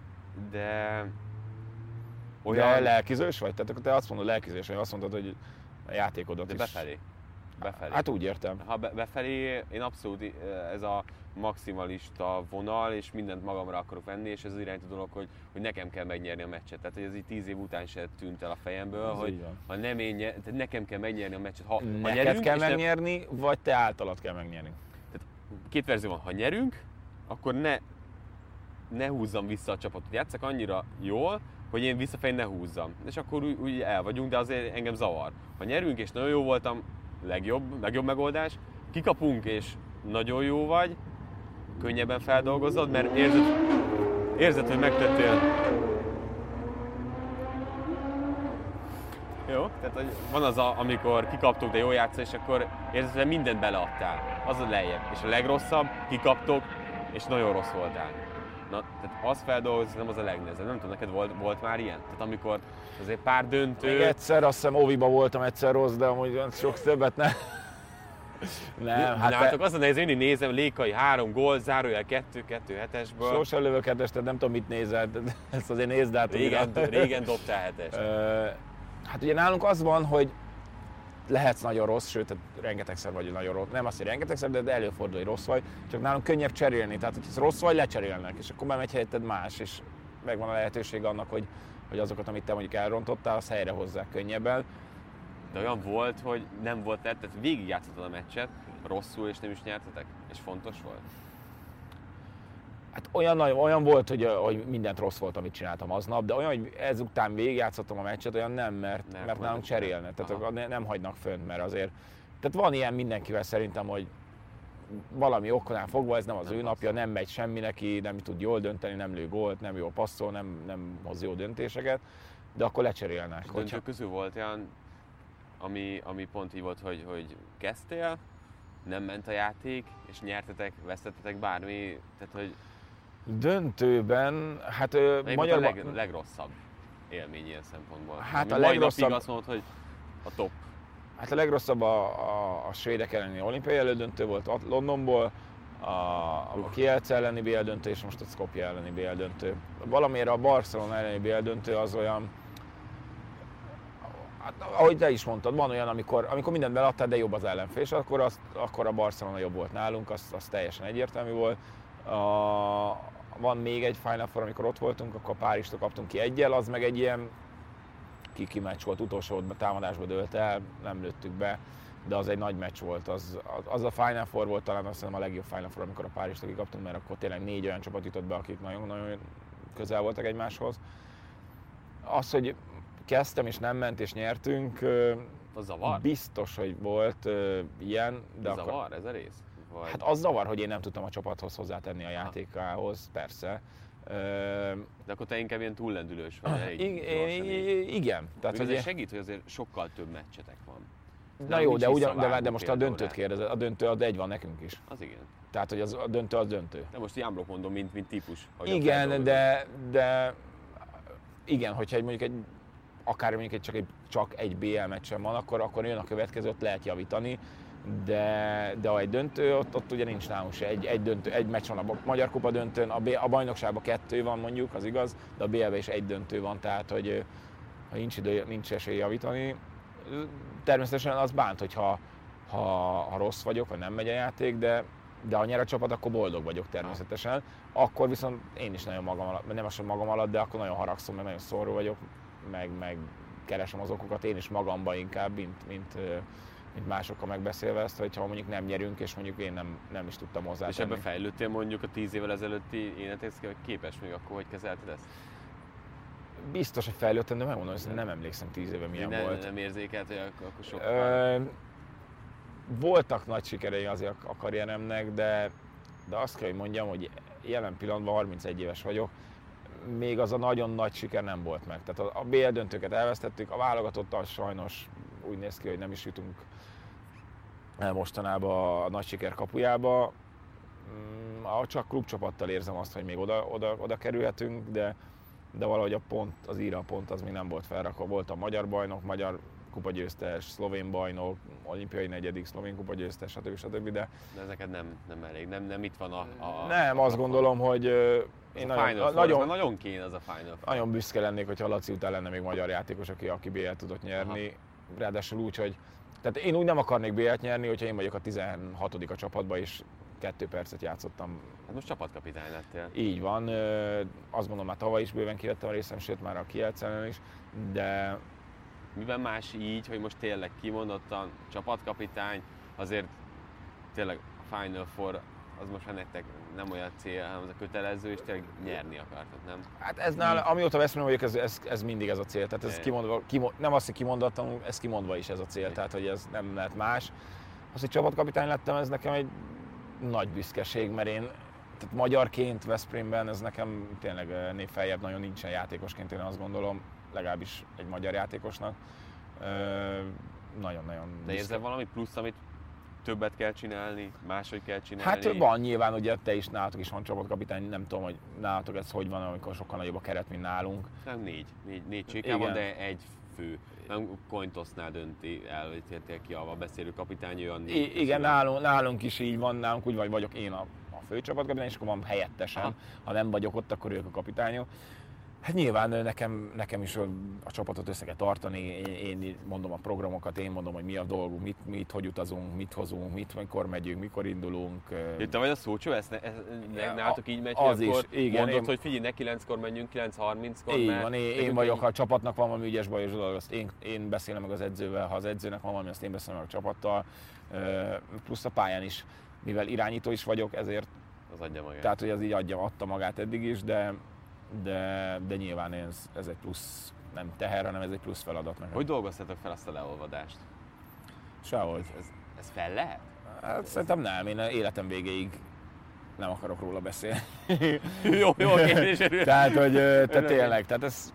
De... Olyan... De lelkizős vagy? Tehát akkor te azt mondod lelkizős, hogy azt mondod, hogy a játékodat de is... befelé. Befelé. Hát úgy értem. Ha be, befelé, én abszolút ez a maximalista vonal, és mindent magamra akarok venni, és ez az irányító dolog, hogy, hogy nekem kell megnyerni a meccset. Tehát hogy ez így tíz év után se tűnt el a fejemből, ez hogy ha nem én, tehát nekem kell megnyerni a meccset. Ha, ha Neked nyerünk, kell megnyerni, nem... vagy te általad kell megnyerni? Tehát két verzió van. Ha nyerünk, akkor ne, ne húzzam vissza a csapatot. Játsszak annyira jól, hogy én visszafelé ne húzzam. És akkor úgy, úgy el vagyunk, de azért engem zavar. Ha nyerünk, és nagyon jó voltam, legjobb, legjobb megoldás. Kikapunk, és nagyon jó vagy, könnyebben feldolgozod, mert érzed, érzed hogy megtettél. Jó? Tehát hogy van az, a, amikor kikaptok, de jól játszol, és akkor érzed, hogy mindent beleadtál. Az a lejjebb. És a legrosszabb, kikaptok, és nagyon rossz voltál. Na, tehát az feldolgozni nem az a legnehezebb. Nem tudom, neked volt, volt már ilyen? Tehát amikor azért pár döntő... Még egyszer, azt hiszem Oviba voltam egyszer rossz, de amúgy sok többet nem. Nem, hát nálatok te... az a nehéz, én nézem, Lékai három gól, zárójel kettő kettő hetesből. Sosem lövök hetes, tehát nem tudom mit nézel, ezt azért nézd át. Régen, régen dobtál hetest. Hát ugye nálunk az van, hogy lehetsz nagyon rossz, sőt, tehát rengetegszer vagy nagyon rossz. Nem azt, hogy rengetegszer, de előfordul, hogy rossz vagy. Csak nálunk könnyebb cserélni, tehát hogyha rossz vagy, lecserélnek, és akkor bemegy helyetted más, és megvan a lehetőség annak, hogy, hogy azokat, amit te mondjuk elrontottál, azt helyre hozzák könnyebben. De olyan volt, hogy nem volt lehet, tehát végig játszottad a meccset, rosszul és nem is nyertetek? És fontos volt? Hát olyan, olyan volt, hogy, hogy mindent rossz volt, amit csináltam aznap, de olyan, hogy ezután végigjátszottam a meccset, olyan nem, mert, nem, mert nálunk cserélnek, tehát aha. nem hagynak fönt, mert azért... Tehát van ilyen mindenkivel szerintem, hogy valami oknál fogva, ez nem az nem ő passzol. Napja, nem megy semmi neki, nem tud jól dönteni, nem lő gólt, nem jól passzol, nem, nem hoz jó döntéseket, de akkor lecserélnek. És döntő közül volt olyan, ami, ami pont így volt, hogy, hogy kezdtél, nem ment a játék, és nyertetek, vesztettetek bármi, tehát hogy... Döntőben, hát... Magyar... a leg, legrosszabb élmény ilyen szempontból. Hát a legrosszabb... azt mondod, hogy a top. Hát a legrosszabb a, a, a svédek elleni olimpiai elődöntő volt Londonból, a, a Kielce elleni bé el döntő, és most a Skopje elleni bé el döntő. Valamiért a Barcelona elleni bé el döntő az olyan... Hát, ahogy te is mondtad, van olyan, amikor, amikor mindent beladtál, de jobb az ellenfél, és akkor, az, akkor a Barcelona jobb volt nálunk, az, az teljesen egyértelmű volt. A, van még egy Final Four, amikor ott voltunk, akkor a Párizstól kaptunk ki egyel, az meg egy ilyen kiki meccs volt, utolsó támadásba dőlt el, nem lőttük be, de az egy nagy meccs volt. Az, az a Final Four volt talán azt hiszem a legjobb Final Four, amikor a Párizstól kikaptunk, mert akkor tényleg négy olyan csapat jutott be, akik nagyon-nagyon közel voltak egymáshoz. Az, hogy kezdtem és nem ment és nyertünk, az zavar? Biztos, hogy volt uh, ilyen. De az akkor... zavar ez a rész? Vagy... Hát az zavar, hogy én nem tudtam a csapathoz hozzátenni a játékához, persze. De akkor te inkább ilyen túllendülős vagy, elég I- gyorsan így. igen. Tehát, hogy segít, hogy azért sokkal több meccsetek van. Na Nem, jó, nincs de, ugyan, de, visszavágó de most a például döntőt rá. kérdezed, a döntő az egy van nekünk is. Az igen. Tehát, hogy az, a döntő az döntő. De most jámblok mondom, mint, mint típus. hogy Igen, de, de igen, hogyha egy, mondjuk egy, akár mondjuk egy, csak, egy, csak egy bé el meccsen van, akkor, akkor jön a következő, ott lehet javítani, de, de ha egy döntő, ott, ott ugye nincs nálunk se. Egy, egy, döntő, egy meccs van a Magyar Kupa döntőn, a, B, a bajnokságban kettő van mondjuk, az igaz, de a bé el-ben is egy döntő van, tehát hogy ha nincs idő, nincs esély javítani. Természetesen az bánt, hogyha ha, ha rossz vagyok, vagy nem megy a játék, de, de ha nyer a csapat, akkor boldog vagyok természetesen. Akkor viszont én is nagyon magam alatt, nem azt magam alatt, de akkor nagyon haragszom, mert nagyon szorú vagyok, meg, meg keresem az okokat én is magamba inkább, mint, mint, mint másokkal megbeszélve ezt, hogy ha mondjuk nem nyerünk, és mondjuk én nem, nem is tudtam hozzátenni. És ebben fejlődtél mondjuk a tíz évvel ezelőtti életéhez képes még akkor, hogy kezelted ezt? Biztos, hogy fejlődtem, de megmondom, hogy nem emlékszem tíz éve milyen nem, volt. Nem érzékelt, hogy akkor sokkal... Ö, voltak nagy sikerei azért a karrieremnek, de, de azt kell, hogy mondjam, hogy jelen pillanatban harmincegy éves vagyok, még az a nagyon nagy siker nem volt meg. Tehát a, a bé el döntőket elvesztettük, a válogatottal sajnos úgy néz ki, hogy nem is jutunk el mostanában a nagy siker kapujába. Csak klubcsapattal érzem azt, hogy még oda, oda, oda kerülhetünk, de, de valahogy a pont, az íra pont az még nem volt felrakva. Voltam magyar bajnok, magyar kupagyőztes, szlovén bajnok, olimpiai negyedik, szlovén kupagyőztes, stb. stb. De, de ezeket nem, nem elég, nem, nem itt van a... a nem, a, azt a, gondolom, hogy én nagyon, nagyon, Four, nagyon, nagyon kéne az a Final Four. Nagyon büszke lennék, hogyha Laci után lenne még magyar játékos, aki, aki bé el tudott nyerni. Aha. Ráadásul úgy, hogy tehát én úgy nem akarnék bé el-t nyerni, hogyha én vagyok a tizenhatodik a csapatban, és kettő percet játszottam. Hát most csapatkapitány lettél. Így van. Azt gondolom, már tavaly is bőven kivettem a részem, sőt már a Kielcenen is, de... Miben más így, hogy most tényleg kimondottan csapatkapitány, azért tényleg a Final Four az most már nektek nem olyan cél, hanem az a kötelező, és tényleg nyerni akartad, nem? Hát ez nála, amióta Veszprém vagyok, ez, ez, ez mindig ez a cél. Tehát ez kimondva, kimond, nem azt, hogy kimondottam, ez kimondva is ez a cél, tehát hogy ez nem lehet más. Az, hogy csapatkapitány lettem, ez nekem egy nagy büszkeség, mert én tehát magyarként Veszprémben ez nekem tényleg ennél feljebb nagyon nincsen játékosként, én azt gondolom, legalábbis egy magyar játékosnak. Nagyon-nagyon De érzel valami plusz, amit többet kell csinálni, máshogy kell csinálni? Hát van nyilván, ugye te is nálatok is van csapatkapitány, nem tudom, hogy nálatok ez hogy van, amikor sokkal nagyobb a keret, mint nálunk. Nem négy, négy, négy csékán van, de egy fő. Nem Cointosnál dönti el, hogy tértél ki a beszélő kapitány, olyan négy. I- igen, nálunk, nálunk is így van, nálunk úgy vagy vagyok én a, a fő csapatkapitány, és akkor van helyettesen. Aha. Ha nem vagyok ott, akkor ők a kapitányok. Hát nyilván nekem, nekem is a csapatot össze kell tartani, én, én mondom a programokat, én mondom, hogy mi a dolgunk, mit, mit hogy utazunk, mit hozunk, mit, mikor megyünk, mikor indulunk. Ja, te vagy a szócsó, ezt, ne, ezt ne, nálatok így megy, az hogy is, akkor igen, mondod, én, hogy figyelj, ne kilenckor menjünk, kilenc harminckor, így mert... van, én, én vagyok, ha a csapatnak van valami ügyes bajos dolog, azt én, én beszélem meg az edzővel, ha az edzőnek van valami, azt én beszélem meg a csapattal, plusz a pályán is, mivel irányító is vagyok, ezért... Az adja magát. Tehát, hogy az így adja, adta magát eddig is, de De, de nyilván ez, ez egy plusz, nem teher, hanem ez egy plusz feladat nekem. Hogy dolgoztatok fel azt a leolvadást? Sehogy. Ez, ez, ez fel lehet? Hát szerintem nem, én életem végéig nem akarok róla beszélni. jó, jó kérdés. Tehát, hogy te tényleg, tehát ez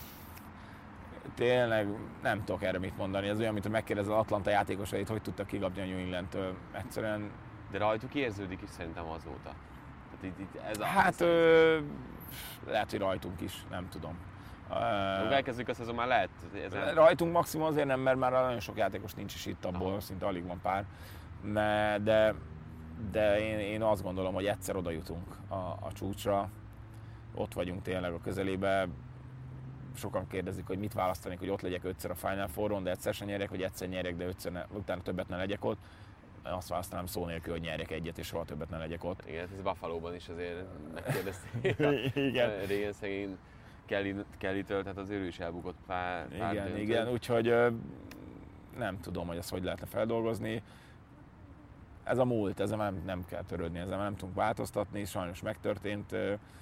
tényleg nem tudok erre mit mondani. Ez olyan, mint hogy megkérdezed az Atlanta játékosait, hogy tudtak kikapni a New Englandtől. Egyszerűen... De rajtuk érződik is szerintem azóta. Tehát itt, itt ez a hát ö, lehet, hogy rajtunk is, nem tudom. Amikor elkezdjük a szezon, már lehet ezen... Rajtunk maximum azért nem, mert már nagyon sok játékos nincs is itt abból, aha, szinte alig van pár. De, de én, én azt gondolom, hogy egyszer oda jutunk a, a csúcsra. Ott vagyunk tényleg a közelébe. Sokan kérdezik, hogy mit választanék, hogy ott legyek ötször a Final Fouron, de egyszer sem nyerjek, vagy egyszer nyerjek, de ötször ne, utána többet ne legyek ott. Azt választanám szó nélkül, hogy nyerjek egyet, és soha többet ne legyek ott. Igen, ez Buffalo-ban is azért megkérdezték. Igen. Régen szegény Kelly-től, tehát azért ő is elbukott pár, pár Igen, döntőt. igen, úgyhogy nem tudom, hogy ezt hogy lehetne feldolgozni. Ez a múlt, ezzel nem, nem kell törődni, ezzel nem tudunk változtatni, sajnos megtörtént.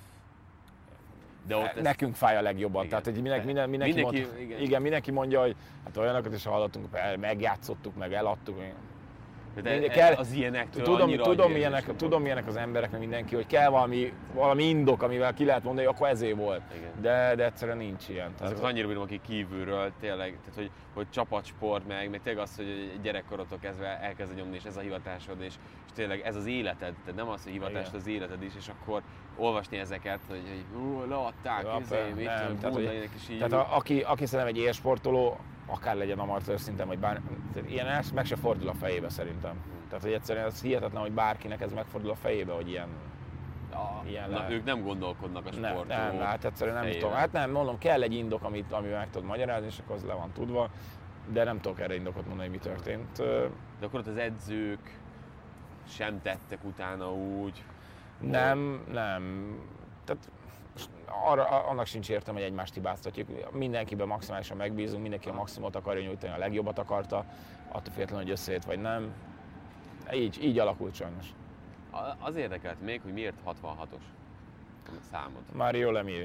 De ott nekünk fáj a legjobban, igen. Tehát hogy mindenki, minden, mindenki, mindenki, mond, igen. igen, mindenki mondja, hogy hát olyanokat is hallottunk, megjátszottuk, meg eladtuk. De kell, az ilyenektől tudom, tudom, milyenek, tudom, volt. milyenek az emberek, meg mindenki, hogy kell valami, valami indok, amivel ki lehet mondani, hogy akkor ezért volt. De, de egyszerűen nincs ilyen. Tehát az annyira bírom, aki kívülről tényleg, tehát hogy, hogy csapatsport, meg, meg tényleg az, hogy gyerekkorottól kezdve elkezd nyomni, és ez a hivatásod, és, és tényleg ez az életed, tehát nem az, hogy hivatásod, az életed is, és akkor olvasni ezeket, hogy, hogy ú, leadták, Ja, izé, mit nem, tudom, tehát, hogy, és így. tehát a, aki, aki szerintem egy élsportoló, akár legyen amatőr szinten, vagy bár, ilyen ez meg se fordul a fejébe szerintem. Tehát, hogy egyszerűen ez hihetetlen, hogy bárkinek ez megfordul a fejébe, hogy ilyen, ja, ilyen na, lehet. ők nem gondolkodnak a sportolók. Nem, nem, hát egyszerűen nem fejébe. tudom. Hát nem, mondom, kell egy indok, amit, amivel meg tudod magyarázni, és akkor az le van tudva, de nem tudok erre indokot mondani, hogy mi történt. De akkor ott az edzők sem tettek utána úgy? Nem, nem. Tehát arra, annak sincs értem, hogy egymást hibáztatjuk. Mindenkiben maximálisan megbízunk, mindenki a maximumot akarja nyújtani, a legjobbat akarta, attól függetlenül, hogy összejött vagy nem. Így, így alakult sajnos. Az érdekelt még, hogy miért hatvanhatos számod. Mario Lemieux.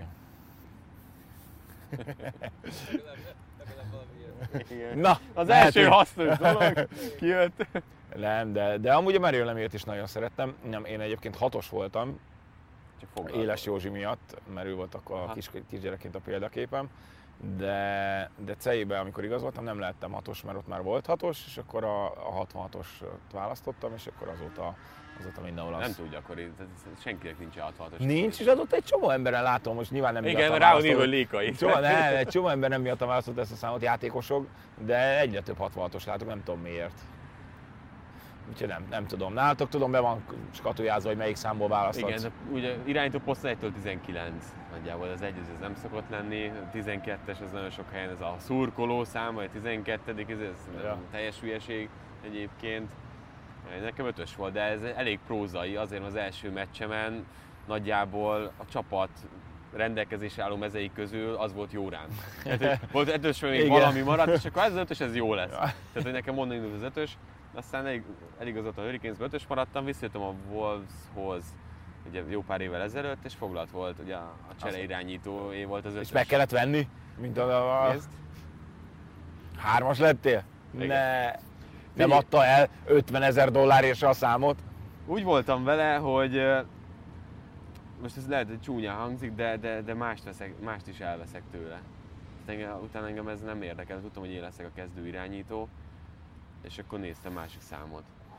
Na, az lehet, első hogy- hasznos dolog kijött. Nem, de, de amúgy a Mario Lemieux-t is nagyon szerettem. Nem, én egyébként hatos voltam, Csak foglalkozol. Éles Józsi miatt, mert ő volt akkor a Aha. kis, kisgyerekként a példaképem. De, de cé-be, amikor igaz voltam, nem lehettem hatos, mert ott már volt hatos, és akkor a, a hatvanhatos választottam, és akkor azóta, azóta mindenhol az. Nem tudja, akkor így, tehát senkinek nincs hatvanhatos. Nincs, és adott egy csomó emberen látom, most nyilván nem Igen, miattam mert rá van választott- írva, hogy Lékai. Csomó, ne, egy csomó ember nem miattam választott ezt a számot, játékosok, de egyre több hatvanhatos látok, nem tudom miért. Úgyhogy nem, nem tudom. Nálatok tudom, be van skatujázva, hogy melyik számból választhatsz. Igen, de ugye irányító poszton egytől tizenkilenc nagyjából, az egy, ez nem szokott lenni, a tizenkettes az nagyon sok helyen, ez a szurkoló szám, vagy a tizenkettedik, ez, ez Ja. teljes hülyeség egyébként. Nekem ötös volt, de ez elég prózai, azért az első meccsemen nagyjából a csapat rendelkezésre álló mezei közül az volt jó rám. Tehát, hogy volt ötös, még Igen. valami maradt, és akkor ez az ötös, ez jó lesz. Tehát, hogy nekem mondani indult az ötös, aztán elég, eligazodtam a Hurricanesbe, ötös maradtam, visszajöttem a Wolveshoz ugye jó pár évvel ezelőtt, és foglalt volt, ugye a csere irányítóé volt az ötös. És meg kellett venni? Mint a, a Nézd. hármas lettél? Igen. Ne, nem Figyelj. adta el ötvenezer dollárért a számot? Úgy voltam vele, hogy ö, most ez lehet, hogy csúnyán hangzik, de, de, de mást, veszek, mást is elveszek tőle. Engem, utána engem ez nem érdekel, tudtam, hogy én leszek a kezdő irányító, és akkor néztem másik számot.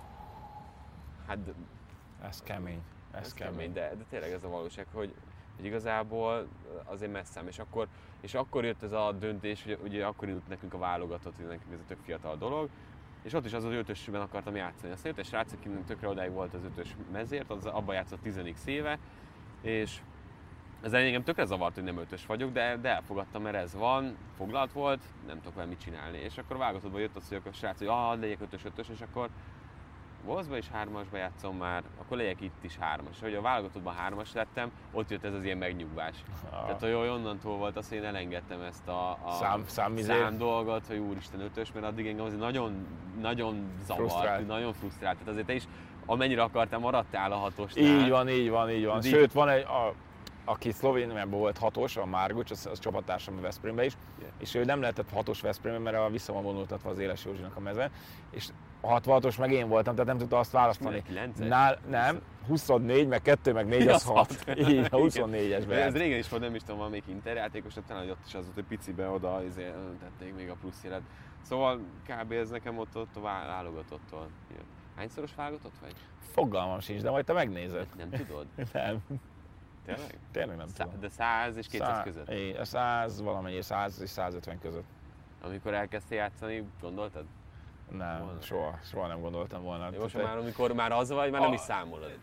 Hát Ez kemény. Ez, ez kemény. kemény, de, de tényleg ez a valóság, hogy, hogy igazából azért messzem, és akkor, és akkor jött ez a döntés, hogy ugye akkor indult nekünk a válogatott, hogy nekünk ez a tök fiatal dolog, és ott is az, hogy ötösben akartam játszani. Aztán jött egy srác, aki tökre odáig volt az ötös mezért, az abban játszott tíz éve, és ez engem tökre zavart, hogy nem ötös vagyok, de, de elfogadtam, mert ez van, foglalt volt, nem tudok vele mit csinálni. És akkor a válogatottban jött az, hogy a srác, hogy ah, legyek ötös-ötös, és akkor Wolvesba is hármasba játszom már, akkor legyek itt is hármas. És hogy a válogatottban hármas lettem, ott jött ez az ilyen megnyugvás. Ah. Tehát hogy onnantól volt az, hogy én elengedtem ezt a, a Szám- számizé. szám dolgot, hogy úristen ötös, mert addig engem azért nagyon, nagyon zavart, Frusztrált. nagyon frusztrált. Tehát azért te is, amennyire akartál, maradtál a hatosnál. Így van, így van, így van. De Sőt, van egy, a, aki Szlovéniában volt hatos, a Márgucs, az, az csapattársam a Veszprémben is, Igen. és ő nem lehetett hatos Veszprémben, mert a vissza van vonultatva az Éles Józsinak a meze, és a hatvanhatos meg én voltam, tehát nem tudta azt választani. kilences? Nál, nem, huszonnégy, meg kettő, meg négy, az Az hat. hat. Így, a huszonnégyesben. Ez járt. régen is volt, nem is tudom, valamelyik interjátékos, de talán hogy ott is az volt, hogy picibe oda izé, tették még a plusz élet. Szóval kb. Ez nekem ott, ott a vá- válogatottól jött. Hányszoros válogatott vagy? Fogalmam sincs, de majd te megnézed. Nem tudod? Nem, Tényleg? tényleg nem Szá- tudom. de száz és kétszáz Szá- között? é, száz, valamennyi, száz és százötven között. Amikor elkezdtél játszani, gondoltad? Nem, Volna. soha, soha nem gondoltam volna. Jó, most Tehát, már amikor már az vagy, már nem A- is számolod.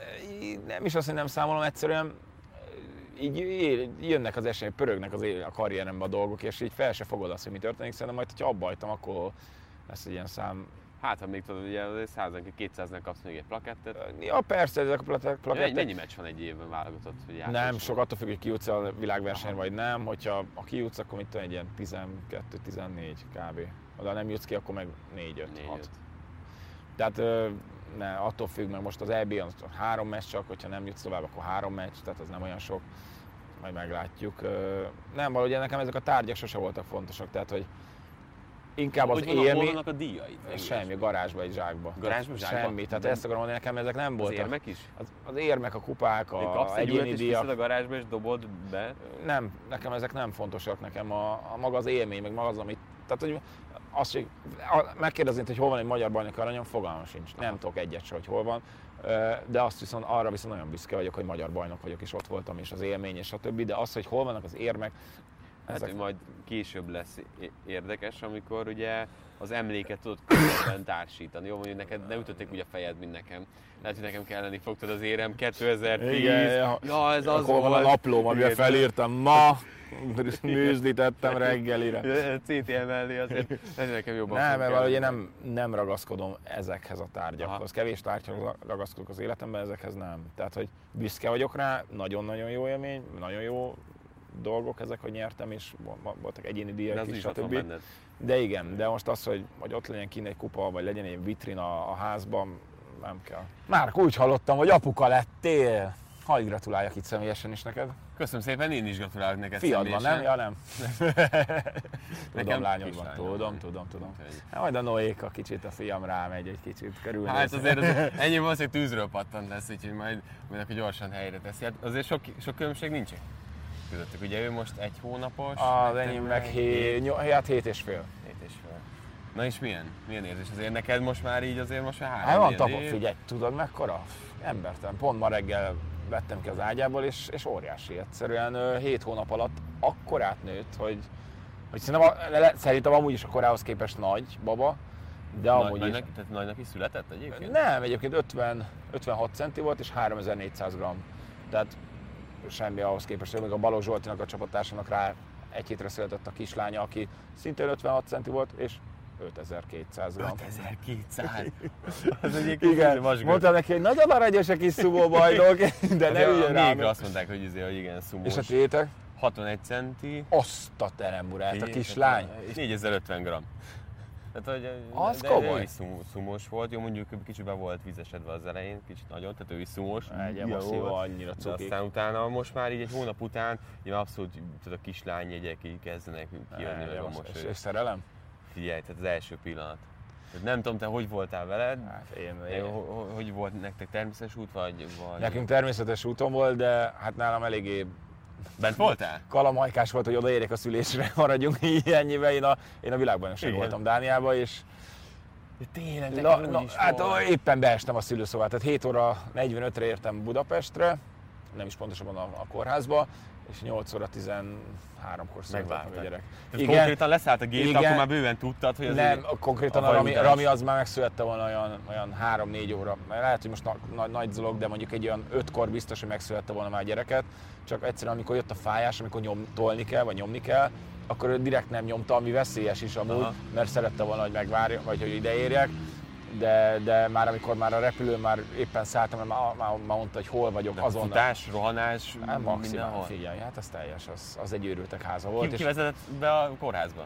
nem is azt, hogy nem számolom, egyszerűen így él- jönnek az esélyek, pörögnek az él- a karrieremben a dolgok, és így fel se fogod azt, hogy mi történik, szerintem majd, hogyha abba hagytam, akkor lesz egy ilyen szám. Hát, ha még tudod, ugye százan, kétszáznál kapsz még egy plakettet. Ja, persze, ezek a plak- Mennyi, plakettek. mennyi meccs van egy évben válogatott? Hogy játékos Nem, van? sok attól függ, hogy kijutsz a világversenyre vagy nem. Hogyha a kijutsz, akkor mit tudom, egy ilyen tizenkettő tizennégy kb. De ha nem jutsz ki, akkor meg négy öt Négy, hat. öt. Tehát ö, ne, attól függ, meg most az é bé az három meccs csak, hogyha nem jutsz tovább, akkor három meccs, tehát az nem olyan sok. Majd meglátjuk. Ö, Nem, valahogy nekem ezek a tárgyak sose voltak fontosak, tehát hogy inkább az hogy vannak, élmény... hol vannak a díjai? Semmi, garázsba, egy zsákba. Garázsba, zsákba? Semmi, tehát ezt akarom mondani, nekem ezek nem voltak. Az érmek is? Az, az érmek, a kupák, Kapsz a egy ület egyéni és díjak. viszed a garázsba és dobod be? Nem, nekem ezek nem fontosak, nekem a, a maga az élmény, meg maga az, amit... Tehát, hogy azt, hogy megkérdezni, hogy hol van egy magyar bajnok aranyom, fogalmam sincs. Nem tudok egyet se, hogy hol van. De azt viszont arra viszont nagyon büszke vagyok, hogy magyar bajnok vagyok, és ott voltam, és az élmény, és a többi. De az, hogy hol vannak az érmek, hát, hogy majd később lesz érdekes, amikor ugye az emléket tudod közben társítani. Jó, mondjuk neked nem ütötték úgy a fejed, mint nekem. Lehet, hogy nekem kelleni fogtad az érem kétezer-tíz. Igen, ja. Ja, ez az akkor volt. Van a naplóm, amivel felírtam ma, műzlit ettem reggelire. cé té em mellé azért nekem jobban Nem, fog mert valahogy én kelleni. nem, nem ragaszkodom ezekhez a tárgyakhoz. Aha. Kevés tárgyakhoz ragaszkodok az életemben, ezekhez nem. Tehát, hogy büszke vagyok rá, nagyon-nagyon jó élmény, nagyon jó dolgok ezek, hogy nyertem, és voltak egyéni De díjak az is, is ott van stb. benned. De igen, de most az, hogy, hogy ott legyen kint egy kupa, vagy legyen egy vitrin a, a házban, nem kell. Már úgy hallottam, hogy apuka lettél. Hadd gratuláljak itt személyesen is neked. Köszönöm szépen, én is gratulálok neked Fiad van, nem? Ja, nem. Nekem Tudom, lányod van. kislányom Tudom, van. tudom, tudom. Úgyhogy- Hát majd a Noéka kicsit, a fiam rámegy egy kicsit körülnéz. Hát azért az, ennyi valószínűleg tűzről pattant lesz, úgyhogy majd, majd akkor gyorsan helyre teszi. Hát azért sok, sok különbség nincs közöttük. Ugye ő most egy hónapos. Az neked enyém meg hét, nyol, hát hét és fél. Hét és fél. Na és milyen? Milyen érzés? Azért neked most már így azért most már három Hát van ilyen tapok, év. figyelj, tudod mekkora? Embertelen. Pont ma reggel vettem ki az ágyából, és, és óriási. Egyszerűen ö, hét hónap alatt akkorát nőtt, hogy, hogy szerintem, a, le, szerintem amúgy is a korához képest nagy baba, de Nagy, amúgy is. nagynak, tehát nagynak is született egyébként? Nem, egyébként ötven, ötvenhat centi volt, és háromezer-négyszáz gramm. Tehát semmi ahhoz képest, hogy még a Balogh Zsoltinak, a csapattársának rá egy hétre született a kislánya, aki szintén ötvenhat centi volt, és ötezer-kétszáz gramm. ötezer-kétszáz! Az egyébként Igen, vasgő. mondtam neki, hogy nagyon aranyos a kis szumó bajnok, de ne üljön rám. Még azt mondták, hogy, izé, hogy igen, szumós. És a tétek? hatvanegy centi. Azt a teremburát, a kislány. És négyezer-ötven gramm. Tehát, hogy Az de, komoly. de ő is szum, szumós volt, jó mondjuk kicsiben volt vízesedve az elején, kicsit nagyon, tehát ő is szumós. Egyen Jó masszíva, volt. annyira De cukik. aztán utána most már így egy hónap után, így abszolút tudod, a kislányjegyek így kezdenek kijönni meg a És, és mosoly. szerelem? Figyelj, tehát az első pillanat. Tehát nem tudom, te hogy voltál veled, Hát én, de én, ho- ho- hogy volt nektek természetes út, vagy... vagy... nekünk természetes úton volt, de hát nálam eléggé Bent voltál? kalamajkás volt, hogy odaérjek a szülésre, maradjunk így ennyiben. Én a, én a világbajnokság Igen. voltam Dániában, és De tényleg, na, nekem úgy na, is hát volt. éppen beestem a szülőszobát, tehát hét óra negyvenötre értem Budapestre, nem is pontosabban a, a kórházba, és nyolc óra tizenháromkor született meg a Megvártad. gyerek. Tehát konkrétan leszállt a gép, Igen. akkor már bőven tudtad, hogy az Nem, konkrétan a a Rami, vajudás. Rami az már megszülette volna olyan, olyan három-négy óra. Lehet, hogy most na, na, nagy dolog, de mondjuk egy olyan ötkor biztos, hogy megszülette volna már a gyereket. Csak egyszerűen, amikor jött a fájás, amikor nyom, tolni kell, vagy nyomni kell, akkor ő direkt nem nyomta, ami veszélyes is amúgy, Aha. mert szerette volna, hogy megvárja, vagy hogy ideérjek. De, de már amikor már a repülő már éppen szálltam, már, már, már mondta, hogy hol vagyok, de azonnal. futás, rohanás, Hát maximál, mindenhol. figyelj, hát ez teljes, az, az egy őrültek háza Ki, volt. ki és- vezetett be a kórházba?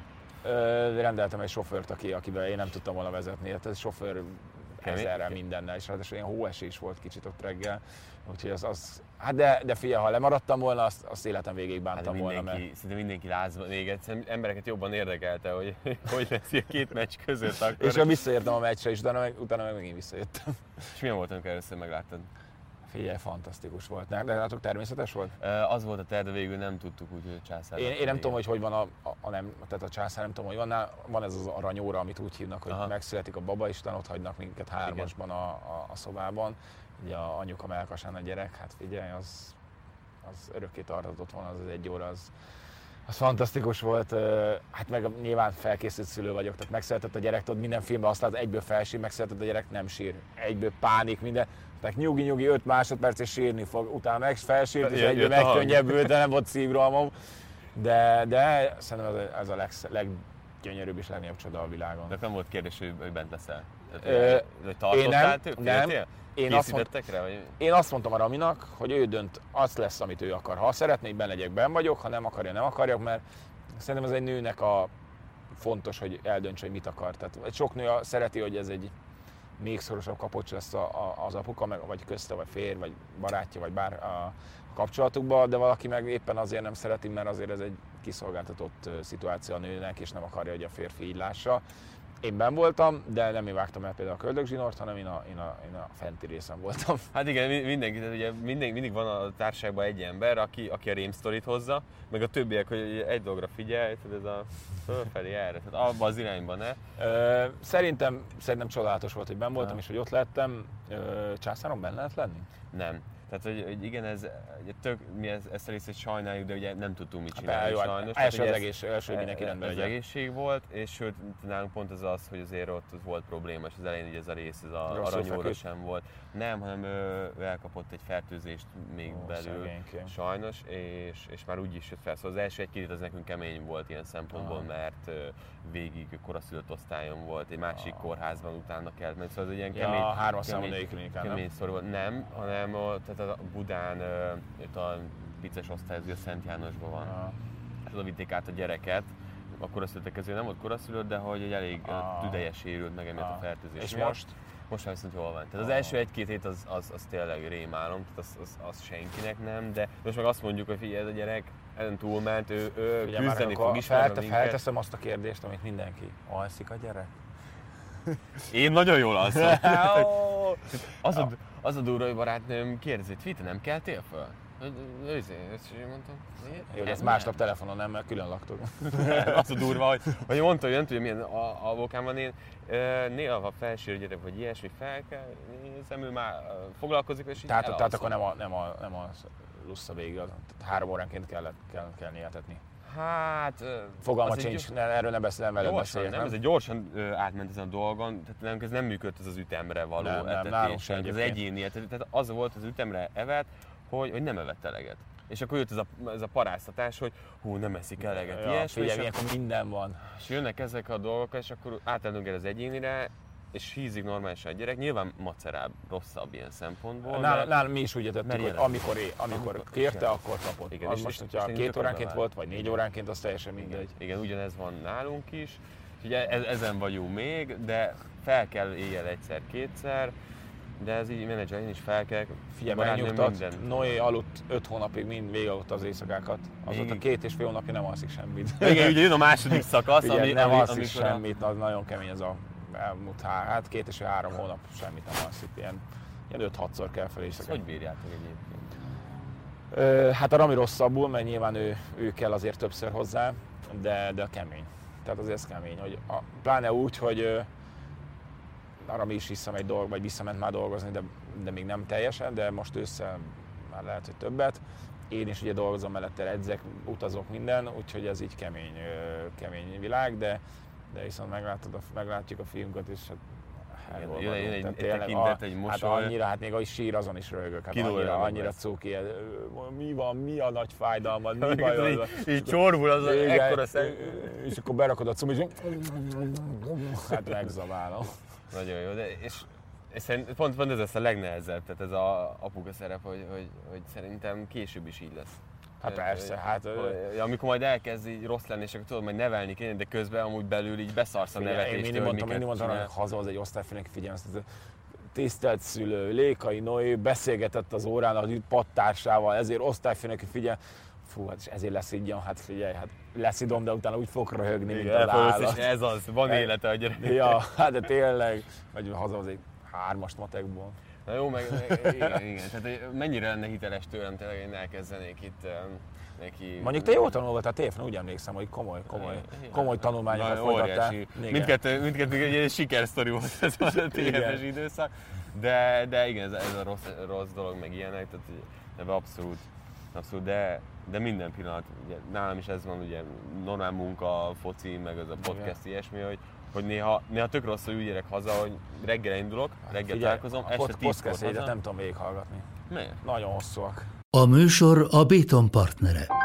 Ö, rendeltem egy sofőrt, aki, akivel én nem tudtam volna vezetni. Hát ez sofőr Kemény. ezerrel mindennel, és ráadásul ilyen hóesés volt kicsit ott reggel. Úgyhogy az, az hát de, de figyelj, ha lemaradtam volna, azt, azt életem végéig Hát bántam volna, mindenki, mert... szinte mindenki lázba végett, szerintem embereket jobban érdekelte, hogy hogy lesz a két meccs között akkor. És én visszaértem a meccsre is, utána meg, utána meg megint visszajöttem. És milyen volt, amikor először megláttad? Figyelj, fantasztikus volt. Ne, de látok, természetes volt? Ö, Az volt a terv, de végül nem tudtuk, úgyhogy császár. Én, én nem tudom, hogy hogy van a, a, a, nem, tehát a császár, nem tudom, hogy van, nál, van ez az aranyóra, amit úgy hívnak, hogy Aha. megszületik a baba, és utána ott hagynak minket hármasban a, a, a szobában. Ugye a anyuka melkasán a gyerek, hát figyelj, az, az örökké tartatott volna, az, az egy óra, az, az fantasztikus volt. Ö, Hát meg nyilván felkészült szülő vagyok, tehát megszületett a gyerek, tudod, minden filmben azt látod, egyből felsír, megszületett a gyerek, nem sír, egyből pánik, minden. Tehát nyugi-nyugi öt másodperc és sírni fog, utána meg felsírt, és Jö- egyből jött a hang. megkönnyebbült, de nem volt szívrohamom. De, de szerintem ez a, ez a legsz, leggyönyörűbb és legnagyobb csoda a világon. De nem volt kérdés, hogy, hogy bent leszel? Tehát, Ö, hogy, hogy tartottál nem, több? nem. Féltél? Én azt, mond, Készítettek rá? Vagy... én azt mondtam a Raminak, hogy ő dönt, az lesz, amit ő akar. Ha szeretné, hogy benn legyek, benn vagyok, ha nem akarja, nem akarjak, mert szerintem ez egy nőnek a fontos, hogy eldöntse, hogy mit akar. Tehát egy sok nő szereti, hogy ez egy még szorosabb kapocs lesz a, a, az apuka, meg, vagy közte, vagy férj, vagy barátja, vagy bár a kapcsolatukban, de valaki meg éppen azért nem szereti, mert azért ez egy kiszolgáltatott szituáció a nőnek, és nem akarja, hogy a férfi így lássa. Én benn voltam, de nem én vágtam el például a köldögzsinort, hanem én a, én a, én a fenti részen voltam. Hát igen, mindenki, tehát ugye minden, mindig van a társaságban egy ember, aki, aki a rémsztorit hozza, meg a többiek, hogy egy dologra figyelj, tehát ez a fölfelé erre, tehát abban az irányban ne. Ö, szerintem, szerintem csodálatos volt, hogy benn voltam, és hogy ott lettem. Ö, Császáron benne lehet lenni? Nem. Tehát, hogy, hogy igen, ez, tök, mi ezt, ezt a részét sajnáljuk, de ugye nem tudtunk mit Hát csinálni jó, sajnos. első Tehát, az ez, egész, első, hogy mindenki rendben ez legyen. egészség volt, és sőt, nálunk pont az az, hogy azért ott, ott volt probléma, és az elején ugye ez a rész, ez a aranyóra sem volt. Nem, hanem ő, ő elkapott egy fertőzést még Ó, belül, szegénykém. sajnos, és, és már úgy is jött fel. Szóval az első egy-két az nekünk kemény volt ilyen szempontból, Aha. mert végig koraszülött osztályon volt, egy másik Ah. kórházban utána kellett menni, szóval ez egy ilyen Ja, kemény, a hármas kemény, számú klinikán, nem? kemény szor volt. Nem, hanem a, tehát a Budán, itt a vicces osztály, ez a Szent Jánosban van. Ah. És oda vitték át a gyereket, a koraszülöttek ezért nem volt koraszülött, de hogy egy elég Ah. tüdeje sérült meg emiatt a Ah. fertőzés És miatt. most? Most már viszont jól van. Tehát az Ah. első egy-két hét az, az, az tényleg rémálom, tehát az, az, az senkinek nem, de most meg azt mondjuk, hogy figyelj, ez a gyerek ezen túlment, ő, ő Figyelj, küzdeni már, fog, ismerve felte, minket. felteszem azt a kérdést, amit mindenki. Alszik a gyerek? Én nagyon jól alszom. az, a, az a durva, hogy barátnőm kérdezi, hogy te nem keltél föl? Őzé, ezt is mondtam. Jó, de ez másnap telefonon nem, mert külön laktok. Az a durva, hogy, hogy mondta, hogy nem tudja milyen alvókán van én. Néha ha felsérül gyerek, vagy ilyesmi fel kell nézem, ő már foglalkozik, és így Tehát, elalszom. tehát akkor nem a, nem a, nem a lussza végig, tehát három óránként kell, kell, kell néhetetni. Hát... Fogalma az egy sincs, gyors- ne, erről nem beszélem veled Gyorsan, beszéljek, nem, nem? ez egy gyorsan ö, átment ezen a dolgon, tehát nem, ez nem működött ez az ütemre való Nem, nem, etetés, nálunk sem ez egyébként. egyéni, tehát, tehát az volt az ütemre evett, hogy, hogy nem evett eleget. És akkor jött ez a, ez a paráztatás, hogy hú, nem eszik eleget, Ja, ilyesmi, figyelj, és, ilyenkor minden van. és jönnek ezek a dolgok, és akkor átállunk el az egyénire, és hízik normálisan a gyerek, nyilván macerább, rosszabb ilyen szempontból. Nál, mert- nál mi is úgy tettük, mert hogy jelen. amikor, é- amikor Amikor- kérte, igen. akkor kapott. Igen, Az és- most, és- hogyha és két tökre óránként bevált. volt, vagy négy Igen. óránként, az teljesen Igen, mindegy. igen, ugyanez van nálunk is. Ugye e- ezen vagyunk még, de fel kell éjjel egyszer-kétszer, de ez így menedzser, én is fel kell. Figyelj, barátnőm megnyugtat, minden- Noé aludt öt hónapig, mind végigaludt az éjszakákat. Azóta Igen. két és fél hónapja nem alszik semmit. Igen, ugye jön a második szakasz, Figyelj, ami, nem ami, alszik amikor semmit, az nagyon kemény ez a elmúlt há, hát két és fél három hónap semmit nem alszik. Ilyen, ilyen öt-hatszor kell fel Ezt éjszaka. hogy bírjátok egyébként? Ö, hát a Rami rosszabbul, mert nyilván ő, ő kell azért többször hozzá, de, de kemény. Tehát azért ez kemény, hogy a, pláne úgy, hogy ö, a Rami is visszamegy dolg, vagy visszament már dolgozni, de, de még nem teljesen, de most ősszel már lehet, hogy többet. Én is ugye dolgozom mellette, edzek, utazok minden, úgyhogy ez így kemény, ö, kemény világ, de, de viszont meglátod a, meglátjuk a fiunkat, és hát Igen, hol jön vagyunk. egy- Tehát egy tényleg tekintet, a- egy Hát mosoly. annyira, hát még ahogy sír, azon is röhögök. Hát Kilóra annyira, nem annyira lesz. cuki, ez, ö, mi van, mi a nagy fájdalmad, mi Amikor bajod? így, így csorbul az Igen, ekkora szem. és akkor berakod a cumit, és hát megzabálom. Nagyon jó, de és, és szerint, pont, pont ez lesz a legnehezebb, tehát ez a apuka szerep, hogy, hogy, hogy szerintem később is így lesz. Hát Tehát, persze, hogy- hát, ö- hogy amikor majd elkezd így rossz lenni, és akkor tudod, majd nevelni kéne, de közben amúgy belül így beszarsz a Figyelj, nevetést. én mindig mondtam, mindig mondtam, hogy haza az egy osztályfőnök, figyelj, ezt, ezt, tisztelt szülő, Lékai Noé beszélgetett az órán a padtársával, ezért osztályfőnöki figyelj. Fú, hát és ezért leszidjam, hát figyelj, hát leszidom, de utána úgy fog röhögni, mint Igen, az állat. és ez az, van élete a gyerek. Ja, hát de tényleg, vagy haza az egy hármast matekból. Na jó, meg, meg igen, igen, tehát hogy mennyire lenne hiteles tőlem tényleg, hogy én elkezdenék itt um, neki... Mondjuk te jól tanultál té ef-en, úgy emlékszem, hogy komoly, komoly, komoly tanulmányokat Na, folytattál. óriási. Igen. Mindkettő, mindkettő egy ilyen sikersztori volt ez a té ef-es Igen. időszak, de, de igen, ez, ez a rossz, rossz dolog, meg ilyenek, tehát ebben abszolút, abszolút, de, de minden pillanat, ugye, nálam is ez van, ugye normál munka, foci, meg az a podcast, Igen. ilyesmi, hogy, hogy néha, néha tök rossz, hogy úgy érek haza, hogy reggel indulok, reggel Figyelj, találkozom, a este pod- tízkor podcastjaidet haza. nem tudom végighallgatni. Miért? Nagyon hosszúak. A műsor a Béton partnere.